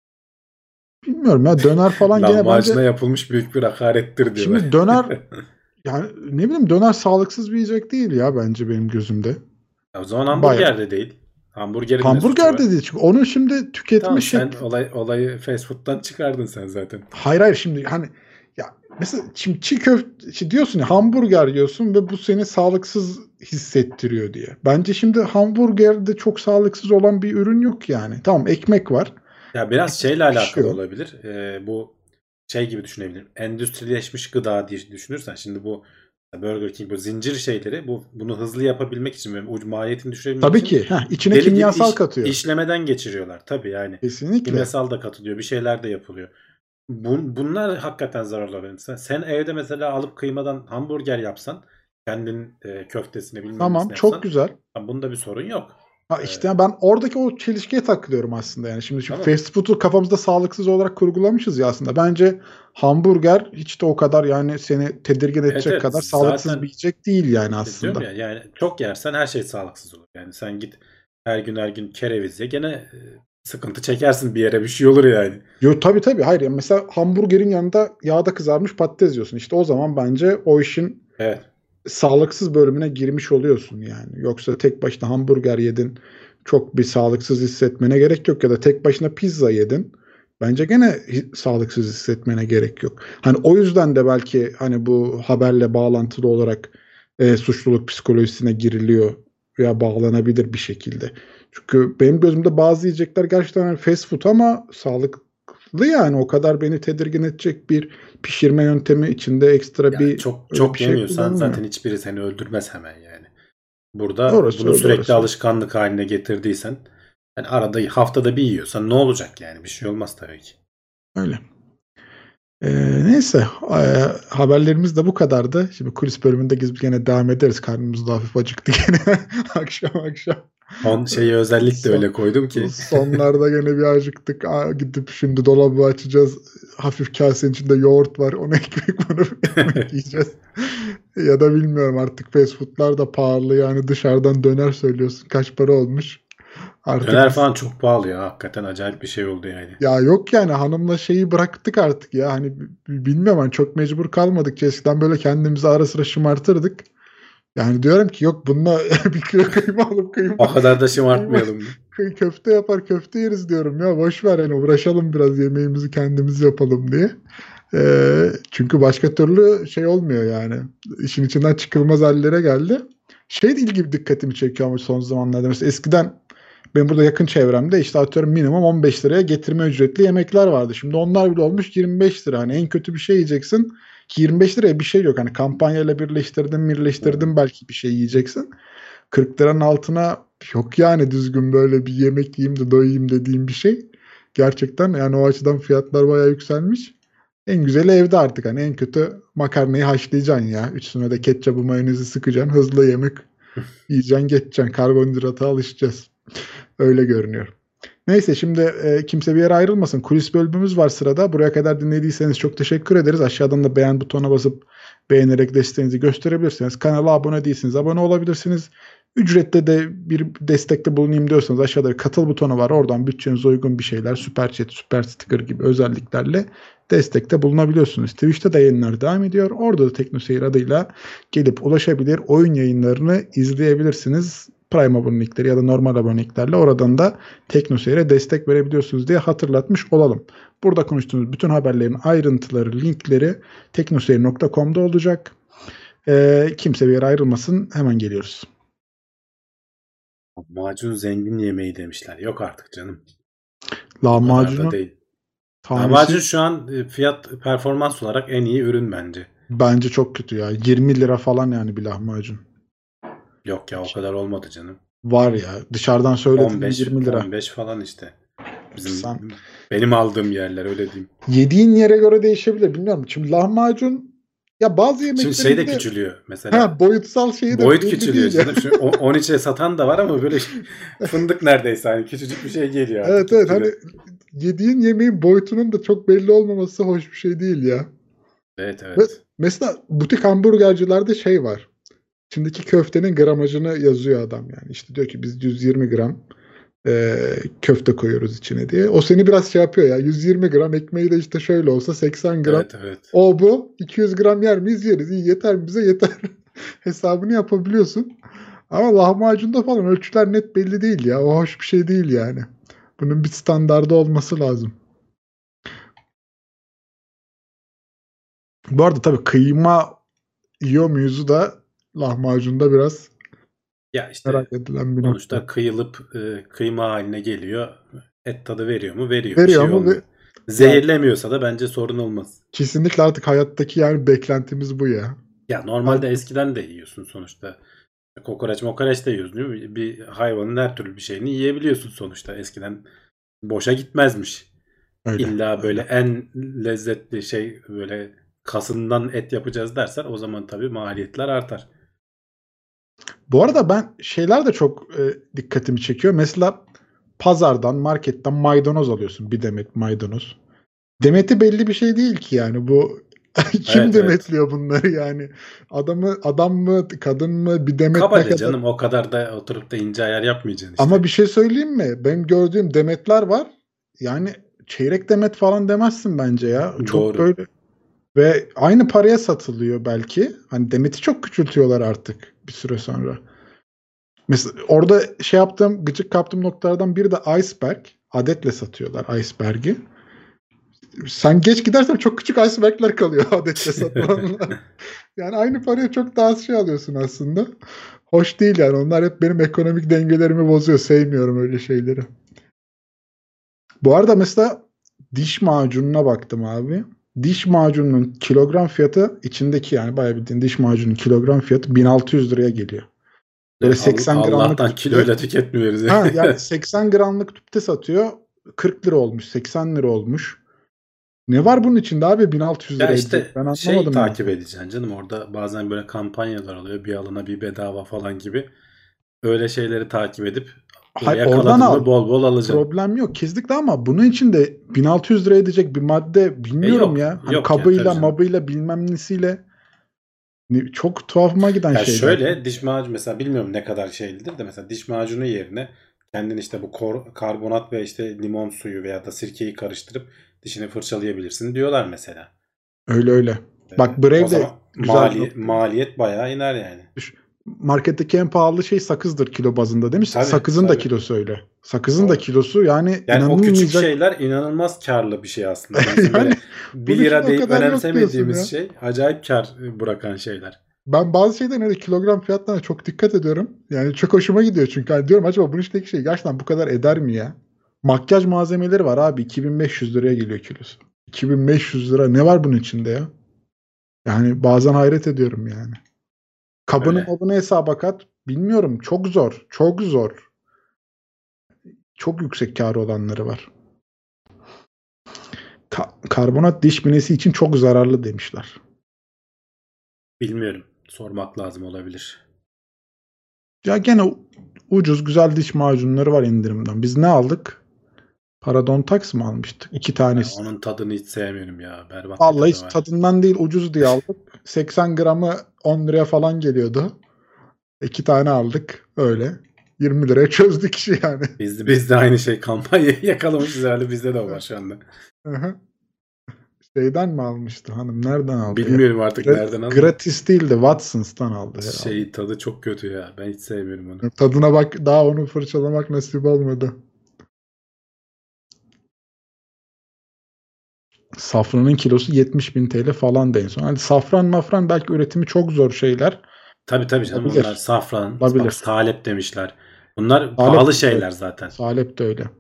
Bilmiyorum ya döner falan gene Lahmacuna bence yapılmış büyük bir hakarettir diyorlar. şimdi döner yani ne bileyim döner sağlıksız bir yiyecek değil ya bence benim gözümde. Ya o zaman Baya hamburger de değil. Hamburgerin ne suçu hamburger var? de değil çünkü onun şimdi tüketme Tamam sen şekli. olay, olayı fast food'dan çıkardın sen zaten. Hayır hayır şimdi hani ya mesela şimdi çiğ köfte işte diyorsun ya hamburger yiyorsun ve bu seni sağlıksız hissettiriyor diye. Bence şimdi hamburgerde çok sağlıksız olan bir ürün yok yani. Tamam ekmek var. Ya biraz şeyle alakalı Pişiyor. olabilir. Ee, bu şey gibi düşünebilirim. Endüstrileşmiş gıda diye düşünürsen şimdi bu Burger King bu zincir şeyleri bu bunu hızlı yapabilmek için ve uc- maliyetini düşürebilmek Tabii için ki. Heh, içine deli gibi kimyasal iş, katıyor. işlemeden geçiriyorlar. Tabii yani. Kesinlikle. Kimyasal da katılıyor. Bir şeyler de yapılıyor. Bun, bunlar hakikaten zararlı olabilir. Sen, sen evde mesela alıp kıymadan hamburger yapsan kendin e, köftesini bilmem Tamam nesini çok yapsan güzel. bunda bir sorun yok. Ha Ee, işte ben oradaki o çelişkiye takılıyorum aslında yani. Şimdi şu tamam. fast food'u kafamızda sağlıksız olarak kurgulamışız ya aslında. Bence hamburger hiç de o kadar yani seni tedirgin Evet edecek evet kadar sağlıksız bir zaten yiyecek değil yani işte diyorum aslında. ya yani çok yersen her şey sağlıksız olur. Yani sen git her gün her gün kereviz ye gene e, sıkıntı çekersin bir yere bir şey olur yani. Yo tabii tabii hayır yani mesela hamburgerin yanında yağda kızarmış patates yiyorsun. İşte o zaman bence o işin Evet. sağlıksız bölümüne girmiş oluyorsun yani. Yoksa tek başına hamburger yedin çok bir sağlıksız hissetmene gerek yok ya da tek başına pizza yedin. Bence gene hi- sağlıksız hissetmene gerek yok. Hani o yüzden de belki hani bu haberle bağlantılı olarak e, suçluluk psikolojisine giriliyor veya bağlanabilir bir şekilde. Çünkü benim gözümde bazı yiyecekler gerçekten hani fast food ama sağlıklı yani o kadar beni tedirgin edecek bir pişirme yöntemi içinde ekstra Ya bir çok öyle bir çok şey yemiyorsan kullanılmıyor. zaten hiçbiri seni öldürmez hemen yani. Burada Orası bunu öyle sürekli orası öyle. alışkanlık haline getirdiysen yani arada haftada bir yiyorsan ne olacak yani bir şey olmaz tabii ki. Öyle. Ee, neyse e, haberlerimiz de bu kadardı. Şimdi kulis bölümünde biz gene devam ederiz. Karnımız da hafif acıktı gene akşam akşam. Son şeyi özellikle Son, öyle koydum ki. sonlarda gene bir acıktık. Aa, gidip şimdi dolabı açacağız. Hafif kasenin içinde yoğurt var. Onu ekmek bunu ekmek yiyeceğiz. Ya da bilmiyorum artık fast foodlar da pahalı. Yani dışarıdan döner söylüyorsun. Kaç para olmuş? Artık Döner biz falan çok pahalı ya. Hakikaten acayip bir şey oldu yani. ya yok yani hanımla şeyi bıraktık artık ya. Hani b- bilmiyorum hani çok mecbur kalmadık. Eskiden böyle kendimizi ara sıra şımartırdık. Yani diyorum ki yok bununla bir kilo kıyma alıp kıyma, O kadar da kıyma şımartmayalım mı? kıy- köfte yapar köfte yeriz diyorum ya. Boş ver yani uğraşalım biraz yemeğimizi kendimiz yapalım diye. Ee, çünkü başka türlü şey olmuyor yani. İşin içinden çıkılmaz hallere geldi. Şey de ilgi dikkatimi çekiyor ama son zamanlarda. Mesela eskiden benim burada yakın çevremde işte atıyorum minimum on beş liraya getirme ücretli yemekler vardı. Şimdi onlar bile olmuş yirmi beş lira. Hani en kötü bir şey yiyeceksin ki yirmi beş liraya bir şey yok. Hani kampanyayla birleştirdin birleştirdin belki bir şey yiyeceksin. kırk liranın altına yok yani düzgün böyle bir yemek yiyeyim de doyayım dediğim bir şey. Gerçekten yani o açıdan fiyatlar bayağı yükselmiş. En güzeli evde artık hani en kötü makarnayı haşlayacaksın ya. Üstüne de ketçabı mayonezi sıkacaksın. Hızlı yemek yiyeceksin geçeceksin. Karbonhidrata alışacağız. Öyle görünüyor. Neyse şimdi e, kimse bir yere ayrılmasın. Kulis bölümümüz var sırada. Buraya kadar dinlediyseniz çok teşekkür ederiz. Aşağıdan da beğen butonuna basıp beğenerek desteğinizi gösterebilirsiniz. Kanala abone değilsiniz. Abone olabilirsiniz. Ücretli de bir destekte bulunayım diyorsanız aşağıda bir katıl butonu var. Oradan bütçenize uygun bir şeyler, süper chat, süper sticker gibi özelliklerle destekte bulunabiliyorsunuz. Twitch'te de yayınlar devam ediyor. Orada da TeknoSeyir adıyla gelip ulaşabilir, oyun yayınlarını izleyebilirsiniz. Prime abonelikleri ya da normal aboneliklerle oradan da TeknoSeyir'e destek verebiliyorsunuz diye hatırlatmış olalım. Burada konuştuğumuz bütün haberlerin ayrıntıları, linkleri teknoseyir nokta com'da olacak. Ee, kimse bir yere ayrılmasın. Hemen geliyoruz. Lahmacun zengin yemeği demişler. Yok artık canım. Lahmacunun değil. tanesi Lahmacun şu an e, fiyat performans olarak en iyi ürün bence. bence çok kötü ya. yirmi lira falan yani bir lahmacun. Yok ya o kadar olmadı canım. Var ya dışarıdan söylediğin on beş yirmi lira. on beş falan işte. Bizim Sen- benim aldığım yerler öyle diyeyim. Yediğin yere göre değişebilir bilmiyorum. Şimdi lahmacun ya bazı yemeklerin Şimdi şey de de- küçülüyor mesela. Ha, boyutsal şeyi de Boyut belli küçülüyor değil ya. canım. Şu o- on üçe satan da var ama böyle fındık neredeyse hani küçücük bir şey geliyor. artık Evet evet küçülüyor. hani yediğin yemeğin boyutunun da çok belli olmaması hoş bir şey değil ya. Evet Ve evet. mesela butik hamburgercilerde şey var. İçindeki köftenin gramajını yazıyor adam yani. İşte diyor ki biz yüz yirmi gram e, köfte koyuyoruz içine diye. O seni biraz şey yapıyor ya. yüz yirmi gram ekmeği de işte şöyle olsa seksen gram. Evet evet. O bu. iki yüz gram yer miyiz yeriz. İyi yeter mi bize yeter. Hesabını yapabiliyorsun. Ama lahmacunda falan ölçüler net belli değil ya. O hoş bir şey değil yani. Bunun bir standardı olması lazım. Bu arada tabii kıyma yiyor muyuzu da lahmacunda biraz Ya işte merak edilen bir sonuçta nokta. kıyılıp e, kıyma haline geliyor. Et tadı veriyor mu? Veriyor. Veriyor bir şey mu? olmuyor. Ve- Zehirlemiyorsa da bence sorun olmaz. Kesinlikle artık hayattaki yani beklentimiz bu ya. Ya normalde Aynen. eskiden de yiyorsun sonuçta. Kokoreç mokoreç de yiyorsun değil mi? Bir hayvanın her türlü bir şeyini yiyebiliyorsun sonuçta. Eskiden boşa gitmezmiş. Öyle. İlla böyle öyle. en lezzetli şey böyle kasından et yapacağız dersen o zaman tabii maliyetler artar. Bu arada ben şeyler de çok e, dikkatimi çekiyor. Mesela pazardan, marketten maydanoz alıyorsun. Bir demet maydanoz. Demeti belli bir şey değil ki yani bu kim Evet, demetliyor bunları yani? Adamı adam mı, kadın mı, bir demet ne Kabaca kadar? canım o kadar da oturup da ince ayar yapmayacaksın işte. Ama bir şey söyleyeyim mi? Benim gördüğüm demetler var. Yani çeyrek demet falan demezsin bence ya. Çok Doğru. böyle ve aynı paraya satılıyor belki. Hani demeti çok küçültüyorlar artık bir süre sonra. Mesela orada şey yaptığım, gıcık kaptığım noktalardan biri de iceberg. Adetle satıyorlar iceberg'i. Sen geç gidersen çok küçük iceberg'ler kalıyor adetle satılanlar. Yani aynı paraya çok daha az şey alıyorsun aslında. Hoş değil yani. Onlar hep benim ekonomik dengelerimi bozuyor. Sevmiyorum öyle şeyleri. Bu arada mesela diş macununa baktım abi. Diş macununun kilogram fiyatı içindeki yani bayağı bildiğin diş macununun kilogram fiyatı bin altı yüz liraya geliyor. Böyle seksen Allah- gramlık Allah'tan tüpte- kiloyla tüketmiyoruz. Ha, yani seksen gramlık tüpte satıyor. kırk lira olmuş, seksen lira olmuş. Ne var bunun içinde abi bin altı yüz Ya liraya işte edecek? Ben anlamadım. şey yani. takip edeceksin canım orada bazen böyle kampanyalar oluyor bir alına bir bedava falan gibi. Öyle şeyleri takip edip Hayır, yakaladın oradan mı al. bol bol alacaksın. Problem yok. Kesinlikle ama bunun için de bin altı yüz liraya edecek bir madde bilmiyorum E yok, ya. Hani yok ya, kabıyla, tabii canım. mabıyla bilmem nesiyle ne- çok tuhafıma giden Ya şeyler. şöyle diş macunu mesela bilmiyorum ne kadar şeylidir de mesela diş macunu yerine kendin işte bu kor- karbonat ve işte limon suyu veya da sirkeyi karıştırıp dişini fırçalayabilirsin diyorlar mesela. Öyle öyle. Ee, Bak o Brave de zaman güzel mali- bir nokta. maliyet bayağı iner yani. Marketteki en pahalı şey sakızdır kilo bazında değil mi? Tabii, Sakızın da tabii. kilosu öyle. Sakızın da Doğru. kilosu yani, Yani o küçük inanılmayacak. şeyler inanılmaz karlı bir şey aslında. Bizim Yani böyle bunun bir için lira o deyip kadar yok önemsemediğimiz diyorsun şey acayip kar bırakan şeyler. Ben bazı şeylerin öyle kilogram fiyatlarına çok dikkat ediyorum. Yani çok hoşuma gidiyor çünkü. Hani diyorum acaba bunun içindeki şey gerçekten bu kadar eder mi ya? Makyaj malzemeleri var abi. iki bin beş yüz liraya geliyor kilosu. iki bin beş yüz lira. Ne var bunun içinde ya? Yani bazen hayret ediyorum yani. Kabını Öyle. mabını hesaba kat. Bilmiyorum. Çok zor. Çok zor. çok yüksek kârı olanları var. Ka- karbonat diş minesi için çok zararlı demişler. Bilmiyorum. Sormak lazım, olabilir. Ya gene ucuz güzel diş macunları var indirimden. Biz ne aldık? Parodontax mı almıştık? İki Ben tanesi. onun tadını hiç sevmiyorum ya. Berbat bir Vallahi tadı hiç var. tadından değil ucuz diye aldık. seksen gramı on liraya falan geliyordu. İki tane aldık öyle. yirmi liraya çözdük işi yani. Biz, biz de aynı şey kampanyayı yakalamışız herhalde. Bizde de o var şu anda. Hı hı. Şeyden mi almıştı hanım? Nereden aldı ya? Bilmiyorum artık Gra- nereden aldı. Gratis değil de Watsons'tan aldı herhalde. Şey, tadı çok kötü ya. Ben hiç sevmiyorum onu. Tadına bak daha onu fırçalamak nasip olmadı. Safranın kilosu yetmiş bin T L falan da en son. Hani safran mafran belki üretimi çok zor şeyler. Tabii tabii canım. Olabilir. Onlar safran, Olabilir. bak salep demişler. Bunlar Salep pahalı de şeyler öyle. zaten. Salep de öyle.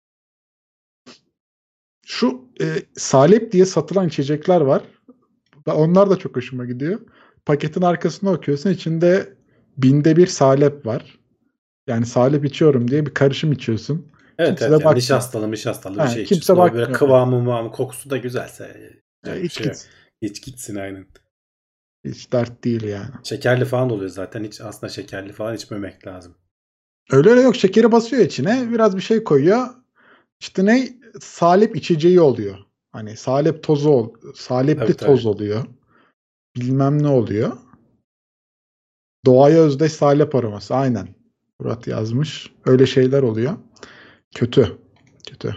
Şu e, salep diye satılan içecekler var. Da- Onlar da çok hoşuma gidiyor. Paketin arkasına okuyorsun. İçinde binde bir salep var. Yani salep içiyorum diye bir karışım içiyorsun. Evet Kimse evet, de yani bakmıyor. nişastalı nişastalı bir Ha, şey kimse içiyorsun. O böyle bakmıyor yani. kıvamı mıvamı, kokusu da güzelse Ya yapacak bir iç şey yok. git. Hiç gitsin aynen. Hiç dert değil yani. Şekerli falan oluyor zaten. Hiç aslında şekerli falan içmemek lazım. Öyle öyle yok. Şekeri basıyor içine. Biraz bir şey koyuyor. İşte ne? Salep içeceği oluyor. Hani salep tozu ol, salepli Tabii toz tabii. oluyor. Bilmem ne oluyor. Doğaya özdeş salep aroması. Aynen. Murat yazmış. Öyle şeyler oluyor. Kötü. Kötü.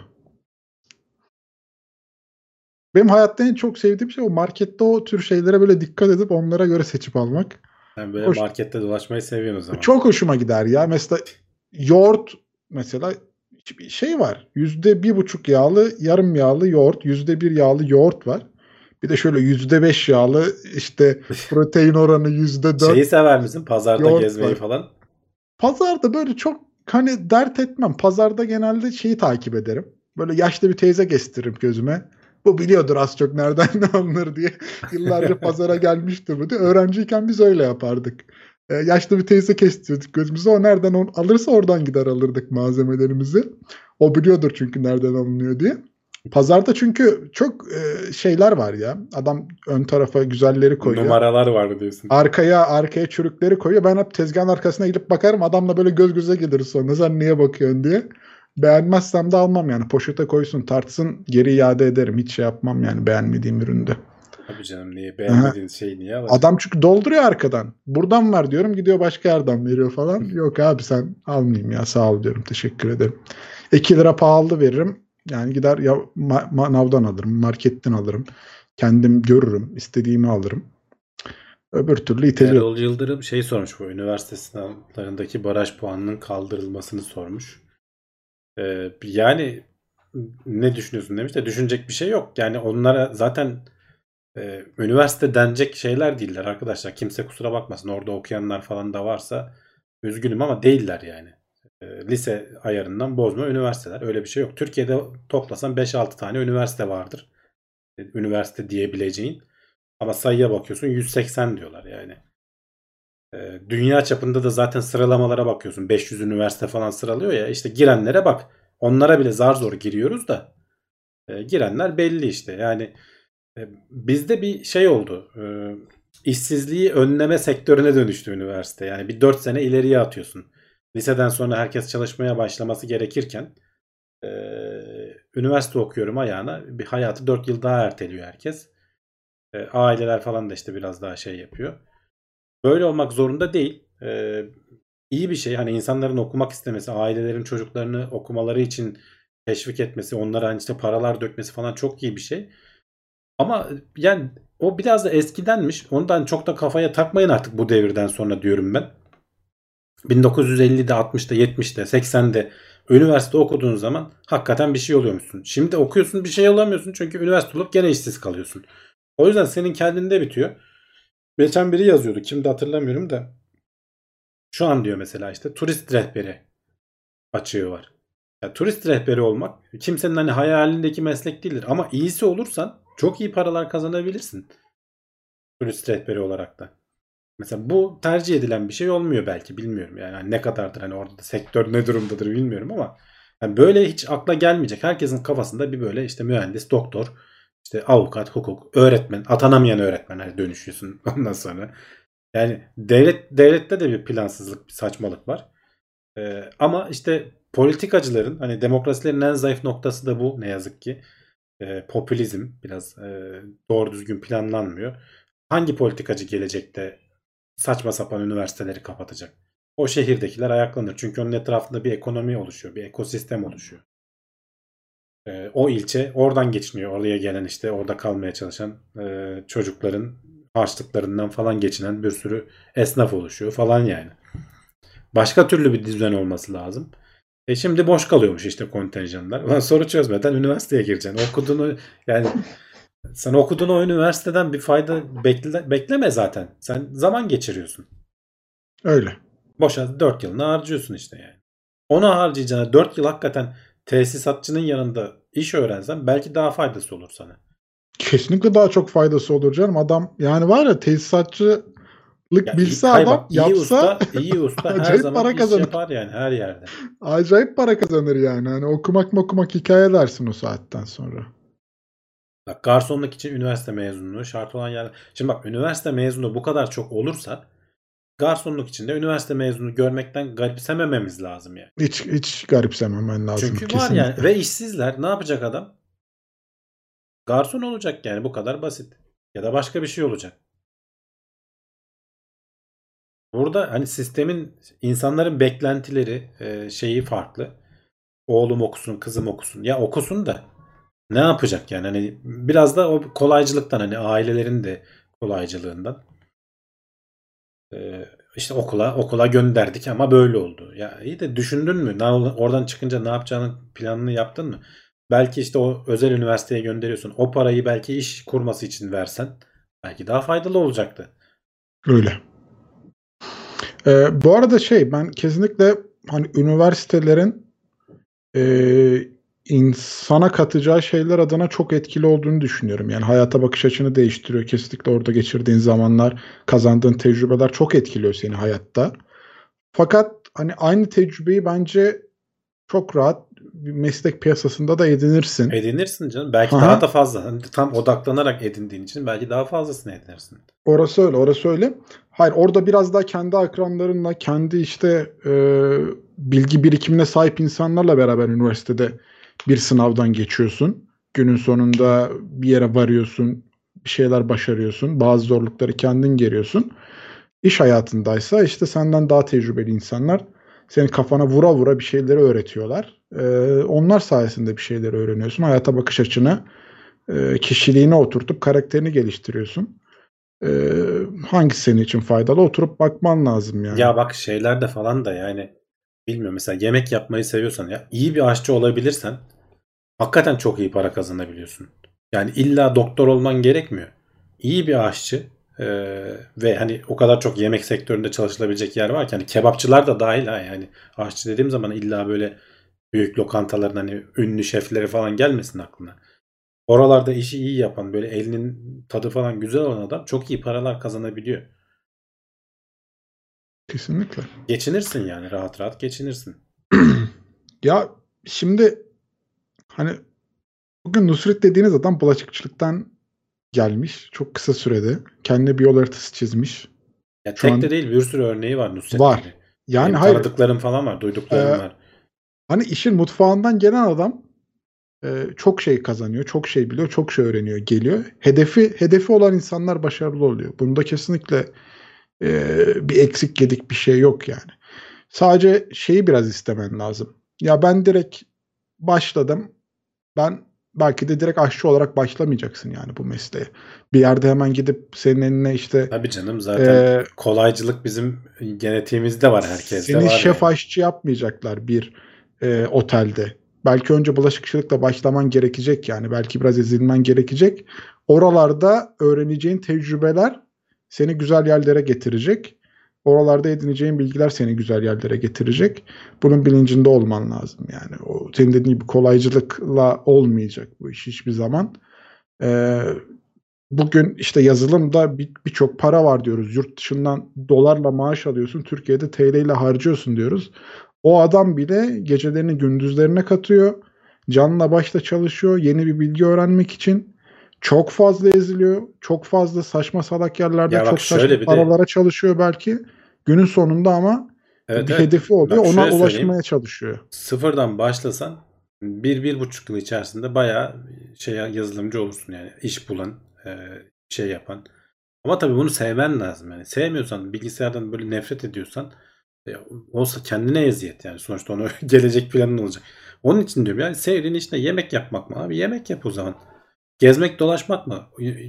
Benim hayatta en çok sevdiğim şey o markette o tür şeylere böyle dikkat edip onlara göre seçip almak. Sen böyle Hoş, markette dolaşmayı seviyorsun o zaman. çok hoşuma gider ya. Mesela yoğurt mesela bir şey var. Yüzde bir buçuk yağlı, yarım yağlı yoğurt, yüzde bir yağlı yoğurt var. Bir de şöyle yüzde beş yağlı işte protein oranı yüzde dört Şeyi sever misin? Pazarda yoğurt gezmeyi var. falan. Pazarda böyle çok hani dert etmem. Pazarda genelde şeyi takip ederim. Böyle yaşlı bir teyze kestiririm gözüme. Bu biliyordur az çok nereden ne alınır diye. Yıllarca pazara gelmiştir bu diye. Öğrenciyken biz öyle yapardık. Ee, yaşlı bir teyze kestirdik gözümüze. O nereden on- alırsa oradan gider alırdık malzemelerimizi. O biliyordur çünkü nereden alınıyor diye. Pazarda çünkü çok e, şeyler var ya. Adam ön tarafa güzelleri koyuyor. Numaralar var diyorsun. Arkaya arkaya çürükleri koyuyor. Ben hep tezgahın arkasına gidip bakarım. Adamla böyle göz göze geliriz sonra. Sen niye bakıyorsun diye. Beğenmezsem de almam yani. Poşete koysun tartsın geri iade ederim. Hiç şey yapmam yani beğenmediğim üründe. Tabii canım, niye Aha. beğenmediğin şeyi niye alır? Adam çünkü dolduruyor arkadan. Buradan var diyorum gidiyor başka yerden veriyor falan. Yok abi sen almayayım ya sağ ol diyorum teşekkür ederim. iki lira pahalı veririm. Yani gider ya ma- manavdan alırım, marketten alırım. Kendim görürüm, istediğimi alırım. Öbür türlü iteliyor. Erol Yıldırım şey sormuş, bu üniversite sınavlarındaki baraj puanının kaldırılmasını sormuş. Ee, yani ne düşünüyorsun demiş de düşünecek bir şey yok. Yani onlara zaten e, üniversite denecek şeyler değiller arkadaşlar. Kimse kusura bakmasın, orada okuyanlar falan da varsa üzgünüm ama değiller yani. E, lise ayarından bozma üniversiteler, öyle bir şey yok. Türkiye'de toplasan beş altı tane üniversite vardır. E, üniversite diyebileceğin. Ama sayıya bakıyorsun yüz seksen diyorlar yani. E, dünya çapında da zaten sıralamalara bakıyorsun. beş yüz üniversite falan sıralıyor ya. İşte girenlere bak. Onlara bile zar zor giriyoruz da. E, girenler belli işte. Yani e, bizde bir şey oldu. E, işsizliği önleme sektörüne dönüştü üniversite. Yani bir dört sene ileriye atıyorsun. Liseden sonra herkes çalışmaya başlaması gerekirken e, üniversite okuyorum ayağına. Bir hayatı dört yıl daha erteliyor herkes. E, aileler falan da işte biraz daha şey yapıyor. Böyle olmak zorunda değil. Ee, iyi bir şey. Hani insanların okumak istemesi, ailelerin çocuklarını okumaları için teşvik etmesi, onlara hani işte paralar dökmesi falan çok iyi bir şey. Ama yani o biraz da eskidenmiş. Ondan çok da kafaya takmayın artık bu devirden sonra diyorum ben. bin dokuz yüz ellide, altmışta, yetmişte, seksende üniversite okuduğun zaman hakikaten bir şey oluyormuşsun. Şimdi okuyorsun bir şey olamıyorsun çünkü üniversite olup gene işsiz kalıyorsun. O yüzden senin kendinde bitiyor. Geçen biri yazıyordu. Kimdi hatırlamıyorum da. Şu an diyor mesela işte turist rehberi açığı var. Ya, turist rehberi olmak kimsenin hani hayalindeki meslek değildir. Ama iyisi olursan çok iyi paralar kazanabilirsin. Turist rehberi olarak da. Mesela bu tercih edilen bir şey olmuyor belki, bilmiyorum. Yani hani ne kadardır, hani orada da sektör ne durumdadır bilmiyorum ama Yani böyle hiç akla gelmeyecek. Herkesin kafasında bir böyle işte mühendis, doktor, işte avukat, hukuk, öğretmen, atanamayan öğretmenler dönüşüyorsun ondan sonra. Yani devlet devlette de bir plansızlık, bir saçmalık var. Ee, ama işte politikacıların, hani demokrasilerin en zayıf noktası da bu ne yazık ki. Ee, popülizm biraz e, doğru düzgün planlanmıyor. Hangi politikacı gelecekte saçma sapan üniversiteleri kapatacak? O şehirdekiler ayaklanır. Çünkü onun etrafında bir ekonomi oluşuyor, bir ekosistem oluşuyor. Ee, o ilçe oradan geçiniyor. Oraya gelen işte orada kalmaya çalışan e, çocukların harçlıklarından falan geçinen bir sürü esnaf oluşuyor falan yani. Başka türlü bir düzen olması lazım. E şimdi boş kalıyormuş işte kontenjanlar. Ulan soru çözmeden üniversiteye gireceksin. Okuduğunu yani sen okuduğun o üniversiteden bir fayda bekle, bekleme zaten. Sen zaman geçiriyorsun. Öyle. Boşa dört yılını harcıyorsun işte yani. Onu harcayacağına dört yıl hakikaten tesisatçının yanında iş öğrensen belki daha faydası olur sana. Kesinlikle daha çok faydası olur canım. Adam yani var ya tesisatçılık Ya iyi, bilse hayır adam bak, iyi yapsa usta, iyi usta her acayip zaman para iş kazanır. yapar yani her yerde. Acayip para kazanır yani. Hani okumak mı okumak hikaye dersin o saatten sonra. Bak garsonluk için üniversite mezunluğu şart olan yerler. Şimdi bak üniversite mezunu bu kadar çok olursa garsonluk için de üniversite mezunu görmekten garipsemememiz lazım yani. Hiç hiç garipsememen lazım Çünkü var yani kesinlikle. ve işsizler ne yapacak adam? Garson olacak yani bu kadar basit. Ya da başka bir şey olacak. Burada hani sistemin insanların beklentileri e, şeyi farklı. Oğlum okusun, kızım okusun. Ya okusun da ne yapacak yani? Hani biraz da o kolaycılıktan hani ailelerin de kolaycılığından. Ee, işte okula okula gönderdik ama böyle oldu. Ya iyi de düşündün mü? Ne, oradan çıkınca ne yapacağını planını yaptın mı? Belki işte o özel üniversiteye gönderiyorsun. O parayı belki iş kurması için versen belki daha faydalı olacaktı. Öyle. Ee, bu arada şey ben kesinlikle hani üniversitelerin e, insana katacağı şeyler adına çok etkili olduğunu düşünüyorum. Yani hayata bakış açını değiştiriyor. Kesinlikle orada geçirdiğin zamanlar, kazandığın tecrübeler çok etkiliyor seni hayatta. Fakat hani aynı tecrübeyi bence çok rahat bir meslek piyasasında da edinirsin. Edinirsin canım. Belki daha Haha, da fazla. Hani tam odaklanarak edindiğin için belki daha fazlasını edinirsin. orası öyle, orası öyle. Hayır, orada biraz daha kendi akranlarınla, kendi işte e, bilgi birikimine sahip insanlarla beraber üniversitede bir sınavdan geçiyorsun. Günün sonunda bir yere varıyorsun, bir şeyler başarıyorsun, bazı zorlukları kendin geriyorsun. İş hayatındaysa işte senden daha tecrübeli insanlar senin kafana vura vura bir şeyleri öğretiyorlar. E, onlar sayesinde bir şeyleri öğreniyorsun. Hayata bakış açını, e, kişiliğine oturtup karakterini geliştiriyorsun. Ee, hangisi senin için faydalı oturup bakman lazım yani. Ya bak şeylerde falan da yani bilmiyorum mesela yemek yapmayı seviyorsan ya iyi bir aşçı olabilirsen hakikaten çok iyi para kazanabiliyorsun. Yani illa doktor olman gerekmiyor. İyi bir aşçı e, ve hani o kadar çok yemek sektöründe çalışılabilecek yer var ki hani kebapçılar da dahil ha yani aşçı dediğim zaman illa böyle büyük lokantaların hani ünlü şefleri falan gelmesin aklına. Oralarda işi iyi yapan böyle elinin tadı falan güzel olan adam çok iyi paralar kazanabiliyor. Kesinlikle. Geçinirsin yani rahat rahat geçinirsin. Ya şimdi hani bugün Nusret dediğiniz adam bulaşıkçılıktan gelmiş. Çok kısa sürede. Kendine bir yol haritası çizmiş. Ya Şu tek de an değil bir sürü örneği var Nusret var. gibi. Yani Benim hayır. tanıdıklarım falan var, duyduklarım e, var. hani işin mutfağından gelen adam e, çok şey kazanıyor. Çok şey biliyor. Çok şey öğreniyor. Geliyor. Hedefi hedefi olan insanlar başarılı oluyor. Bunda kesinlikle e, bir eksik gedik bir şey yok yani. Sadece şeyi biraz istemen lazım. Ya ben direkt başladım. Ben belki de direkt aşçı olarak başlamayacaksın yani bu mesleğe. Bir yerde hemen gidip senin eline işte Tabii canım zaten e, kolaycılık bizim genetiğimizde var, herkeste seni var şef yani. aşçı yapmayacaklar bir e, otelde. Belki önce bulaşıkçılıkla başlaman gerekecek yani. Belki biraz ezilmen gerekecek. Oralarda öğreneceğin tecrübeler seni güzel yerlere getirecek. Oralarda edineceğin bilgiler seni güzel yerlere getirecek. Bunun bilincinde olman lazım yani. O senin dediğin gibi kolaycılıkla olmayacak bu iş hiçbir zaman. Ee, bugün işte yazılımda bir- birçok para var diyoruz. Yurt dışından dolarla maaş alıyorsun. Türkiye'de T L ile harcıyorsun diyoruz. O adam bile gecelerini gündüzlerine katıyor. Canla başla çalışıyor yeni bir bilgi öğrenmek için. Çok fazla eziliyor. Çok fazla saçma salak yerlerde Ya bak çok saçma şöyle bir de paralara çalışıyor belki. Günün sonunda ama evet bir evet hedefi oluyor. bak Ona şöyle ulaşmaya söyleyeyim. çalışıyor. Sıfırdan başlasan bir, bir buçuk yıl içerisinde bayağı şey yazılımcı olursun yani. İş bulan, e, şey yapan. Ama tabii bunu sevmen lazım yani. Sevmiyorsan, bilgisayardan böyle nefret ediyorsan e, olsa kendine eziyet yani. Sonuçta onu gelecek planın olacak. Onun için diyorum yani sevdiğin işte yemek yapmak mı abi? Yemek yap o zaman. Gezmek dolaşmak mı?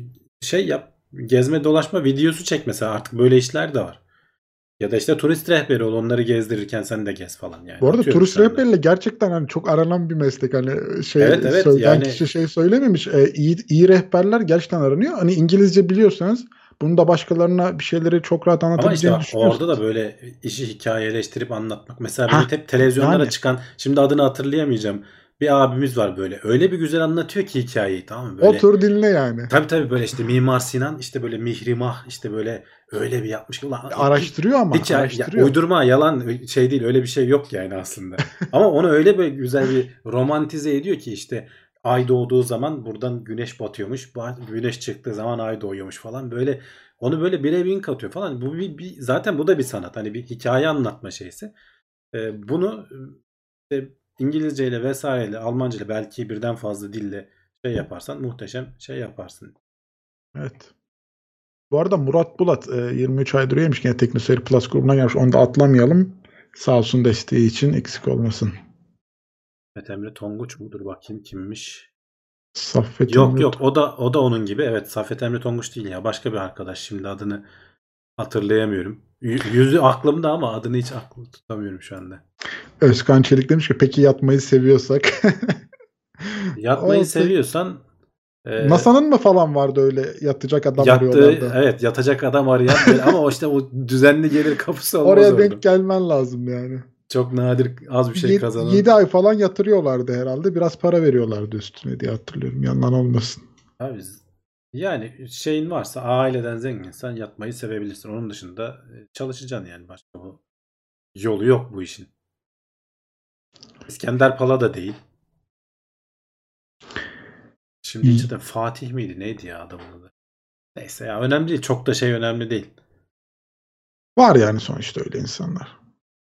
Şey yap. Gezme dolaşma videosu çek mesela. Artık böyle işler de var. Ya da işte turist rehberi ol. Onları gezdirirken sen de gez falan yani. Bu arada Atıyorum turist şu anda. rehberiyle gerçekten hani çok aranan bir meslek. Hani Evet şey evet söyleyen yani kişi şey söylememiş. E, iyi, iyi rehberler gerçekten aranıyor. Hani İngilizce biliyorsanız bunu da başkalarına bir şeyleri çok rahat ama işte anlatabileceğini bak orada da düşünüyorsunuz. böyle işi hikayeleştirip anlatmak. Mesela böyle Ha hep televizyonlara yani çıkan şimdi adını hatırlayamayacağım bir abimiz var böyle. Öyle bir güzel anlatıyor ki hikayeyi tamam mı? Böyle otur dinle yani. tabii tabii böyle işte Mimar Sinan işte böyle Mihrimah işte böyle öyle bir yapmış ki ulan Araştırıyor ama hikaye ya, araştırıyor. uydurma yalan şey değil öyle bir şey yok yani aslında. Ama onu öyle bir güzel bir romantize ediyor ki işte ay doğduğu zaman buradan güneş batıyormuş. Güneş çıktığı zaman ay doğuyormuş falan böyle onu böyle birebir katıyor falan. Bu bir, bir zaten bu da bir sanat. Hani bir hikaye anlatma şeysi. Ee, bunu işte İngilizceyle vesaireyle Almanca belki birden fazla dille şey yaparsan muhteşem şey yaparsın. Evet. Bu arada Murat Bulat e, yirmi üç aydır üyemiş. Yine Teknoseyir Plus grubuna gelmiş. Onu da atlamayalım. Sağ olsun desteği için eksik olmasın. Mehmet Emre Tonguç mudur bakayım kimmiş? Saffet Yok Emret. yok o da o da onun gibi. Evet Saffet Emre Tonguç değil ya. Başka bir arkadaş. Şimdi adını hatırlayamıyorum. Y- yüzü aklımda ama adını hiç aklımda tutamıyorum şu anda. Özkan Çelik demiş ki peki yatmayı seviyorsak. Yatmayı O pek seviyorsan e, NASA'nın mı falan vardı öyle yatacak adam yattığı arıyorlardı. evet yatacak adam arayan böyle ama o işte o düzenli gelir kapısı olmaz Oraya denk orada. gelmen lazım yani. Çok nadir az bir şey yedi kazanan. ay falan yatırıyorlardı herhalde. Biraz para veriyorlardı üstüne diye hatırlıyorum. Yalan olmasın. Abi yani şeyin varsa aileden zenginsen yatmayı sevebilirsin. Onun dışında e, çalışacaksın yani başka bu yolu yok bu işin. İskender Pala da değil. Şimdi İyi. içinde Fatih miydi? Neydi ya adamın adı? Neyse ya önemli değil. Çok da şey önemli değil. Var yani sonuçta öyle insanlar.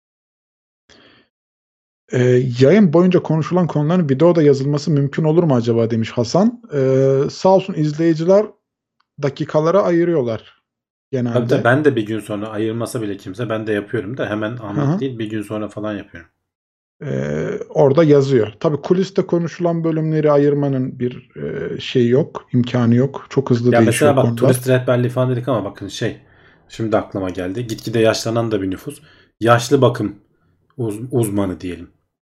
Ee, yayın boyunca konuşulan konuların videoda yazılması mümkün olur mu acaba demiş Hasan. Ee, sağ olsun izleyiciler dakikalara ayırıyorlar Tabii tabii genelde. ben de bir gün sonra ayırmasa bile kimse ben de yapıyorum da hemen Hı anlık hı. değil bir gün sonra falan yapıyorum. Ee, orada yazıyor. Tabii kuliste konuşulan bölümleri ayırmanın bir e, şeyi yok, imkanı yok. Çok hızlı Ya mesela değişiyor bak konular. turist rehberliği falan dedik ama bakın şey şimdi aklıma geldi. Gitgide yaşlanan da bir nüfus. Yaşlı bakım uz- uzmanı diyelim.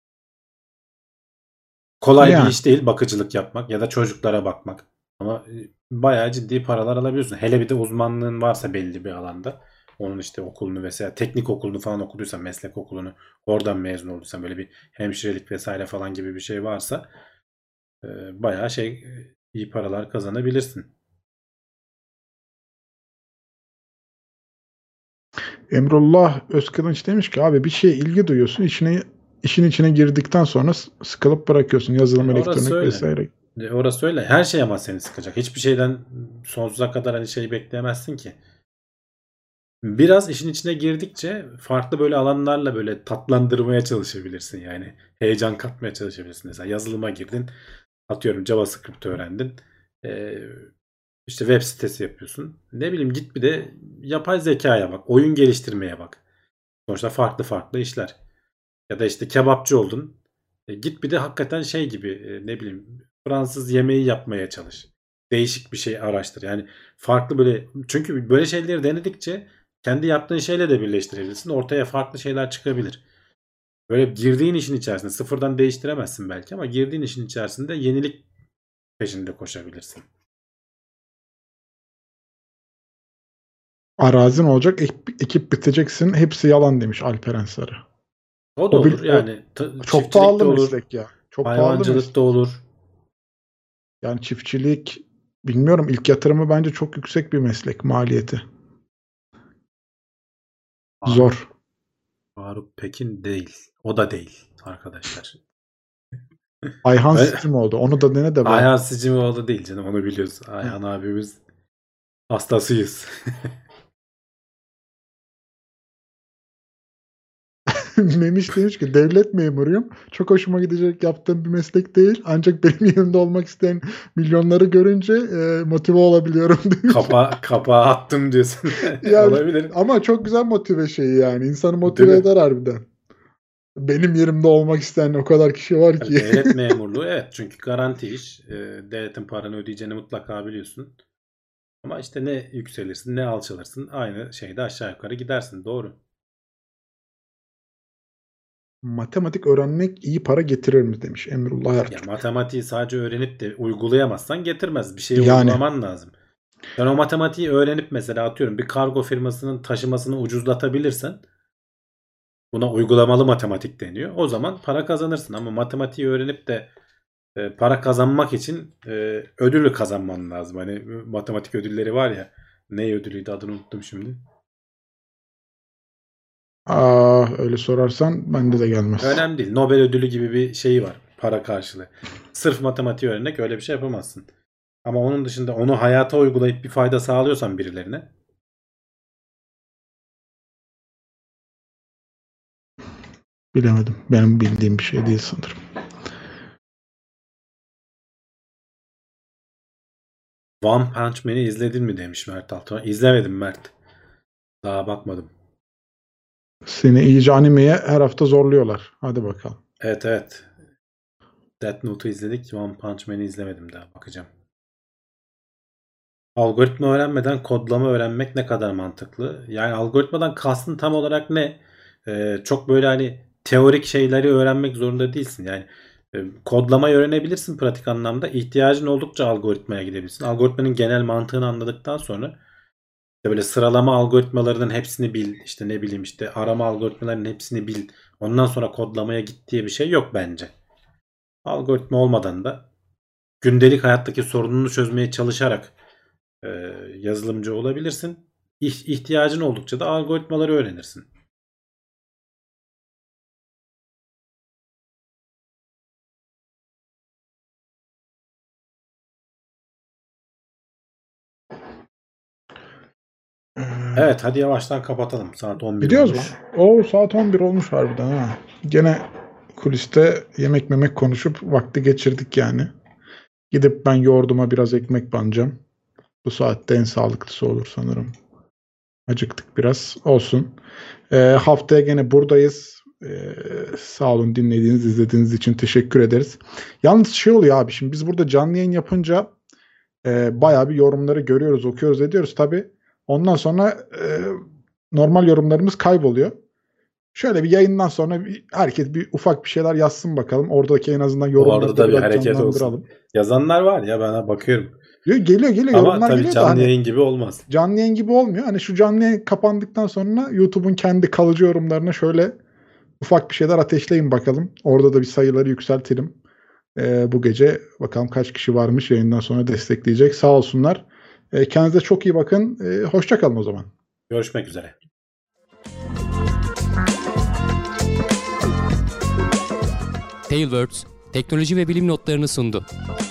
Kolay bir Yani iş değil bakıcılık yapmak ya da çocuklara bakmak. Ama e, bayağı ciddi paralar alabiliyorsun. Hele bir de uzmanlığın varsa belli bir alanda. Onun işte okulunu vesaire teknik okulunu falan okuduysan meslek okulunu oradan mezun olduysan böyle bir hemşirelik vesaire falan gibi bir şey varsa e, bayağı şey e, iyi paralar kazanabilirsin. Emrullah Özkılınç demiş ki abi bir şeye ilgi duyuyorsun, içine işin içine girdikten sonra s- sıkılıp bırakıyorsun. Yazılım, E, orası elektronik öyle. vesaire. E, orası öyle. Her şey ama seni sıkacak. Hiçbir şeyden sonsuza kadar hani şey bekleyemezsin ki. Biraz işin içine girdikçe farklı böyle alanlarla böyle tatlandırmaya çalışabilirsin yani. Heyecan katmaya çalışabilirsin. Mesela yazılıma girdin. Atıyorum JavaScript öğrendin. Ee, işte web sitesi yapıyorsun. Ne bileyim git bir de yapay zekaya bak. Oyun geliştirmeye bak. Sonuçta farklı farklı işler. Ya da işte kebapçı oldun. E, git bir de hakikaten şey gibi e, ne bileyim Fransız yemeği yapmaya çalış. Değişik bir şey araştır. Yani farklı böyle çünkü böyle şeyleri denedikçe kendi yaptığın şeyle de birleştirebilirsin. Ortaya farklı şeyler çıkabilir. Böyle girdiğin işin içerisinde sıfırdan değiştiremezsin belki ama girdiğin işin içerisinde yenilik peşinde koşabilirsin. Arazin olacak, ek- ekip biteceksin. Hepsi yalan demiş Alperen Sarı. O da O, bil- olur. o Yani t- çok çiftçilik de pahalı olur. meslek ya. Çok pahalı Hayvancılık da meslek. olur. Yani çiftçilik bilmiyorum ilk yatırımı bence çok yüksek bir meslek maliyeti. Abi Zor. Faruk Pekin değil. O da değil arkadaşlar. Ayhan Evet. Sicimoğlu. Onu da dene de bak. Ayhan Sicimoğlu değil canım, onu biliyoruz. Ayhan abimiz hastasıyız. Memiş demiş ki devlet memuruyum. Çok hoşuma gidecek yaptığım bir meslek değil. Ancak benim yerimde olmak isteyen milyonları görünce e, motive olabiliyorum demiş. Kapa kapağı attım diyorsun. Yani, Olabilir. ama çok güzel motive şeyi yani. İnsanı motive Değil mi? eder harbiden. Benim yerimde olmak isteyen o kadar kişi var ki. Devlet memurluğu evet, çünkü garanti iş. Ee, devletin paranı ödeyeceğini mutlaka biliyorsun. Ama işte ne yükselirsin ne alçalırsın, aynı şeyde aşağı yukarı gidersin. Doğru. Matematik öğrenmek iyi para getirir mi demiş Emrullah Ya Ertuğrul. matematiği sadece öğrenip de uygulayamazsan getirmez. Bir şeyi Yani. uygulaman lazım. Sen o matematiği öğrenip mesela atıyorum bir kargo firmasının taşımasını ucuzlatabilirsen, buna uygulamalı matematik deniyor. O zaman para kazanırsın, ama matematiği öğrenip de e, para kazanmak için e, ödülü kazanman lazım. Hani matematik ödülleri var ya. Ne ödülüydü, adını unuttum şimdi. Aa, öyle sorarsan bende de gelmez. Önemli değil. Nobel ödülü gibi bir şeyi var. Para karşılığı. Sırf matematiği öğrenmek öyle bir şey yapamazsın. Ama onun dışında onu hayata uygulayıp bir fayda sağlıyorsan birilerine. Bilemedim. Benim bildiğim bir şey değil sanırım. One Punch Man'i izledin mi demiş Mert Altuğ. İzlemedim Mert. Daha bakmadım. Seni iyice animeye her hafta zorluyorlar. Hadi bakalım. Evet evet. Death Note'u izledik. One Punch Man'i izlemedim daha. Bakacağım. Algoritma öğrenmeden kodlama öğrenmek ne kadar mantıklı? Yani algoritmadan kastın tam olarak ne? Ee, çok böyle hani teorik şeyleri öğrenmek zorunda değilsin. Yani e, kodlamayı öğrenebilirsin pratik anlamda. İhtiyacın oldukça algoritmaya gidebilirsin. Algoritmanın genel mantığını anladıktan sonra işte böyle sıralama algoritmalarının hepsini bil. İşte ne bileyim işte arama algoritmalarının hepsini bil. Ondan sonra kodlamaya git diye bir şey yok bence. Algoritma olmadan da gündelik hayattaki sorununu çözmeye çalışarak e, yazılımcı olabilirsin. İh- İhtiyacın oldukça da algoritmaları öğrenirsin. Evet, hadi yavaştan kapatalım. Saat on bir Gidiyoruz mu? olmuş. O saat on bir olmuş harbiden ha. Gene kuliste yemek memek konuşup vakti geçirdik yani. Gidip ben yoğurduma biraz ekmek banacağım. Bu saatte en sağlıklısı olur sanırım. Acıktık biraz. Olsun. Ee, haftaya gene buradayız. Ee, sağ olun dinlediğiniz, izlediğiniz için teşekkür ederiz. Yalnız şey oluyor abi, şimdi biz burada canlı yayın yapınca e, bayağı bir yorumları görüyoruz, okuyoruz, ediyoruz tabii. Ondan sonra e, normal yorumlarımız kayboluyor. Şöyle bir yayından sonra bir, herkes bir ufak bir şeyler yazsın bakalım. Oradaki en azından yorumları Orada da da bir biraz hareket canlandıralım. olsun. Yazanlar var ya, bana bakıyorum. Geliyor geliyor Ama yorumlar tabii geliyor da canlı hani yayın gibi olmaz. canlı yayın gibi olmuyor. Hani şu canlı yayın kapandıktan sonra YouTube'un kendi kalıcı yorumlarına şöyle ufak bir şeyler ateşleyin bakalım. Orada da bir sayıları yükseltelim. Ee, bu gece bakalım kaç kişi varmış yayından sonra destekleyecek. Sağ olsunlar. Ee, kendinize çok iyi bakın. Ee, hoşça kalın o zaman. Görüşmek üzere. Tailwords, teknoloji ve bilim notlarını sundu.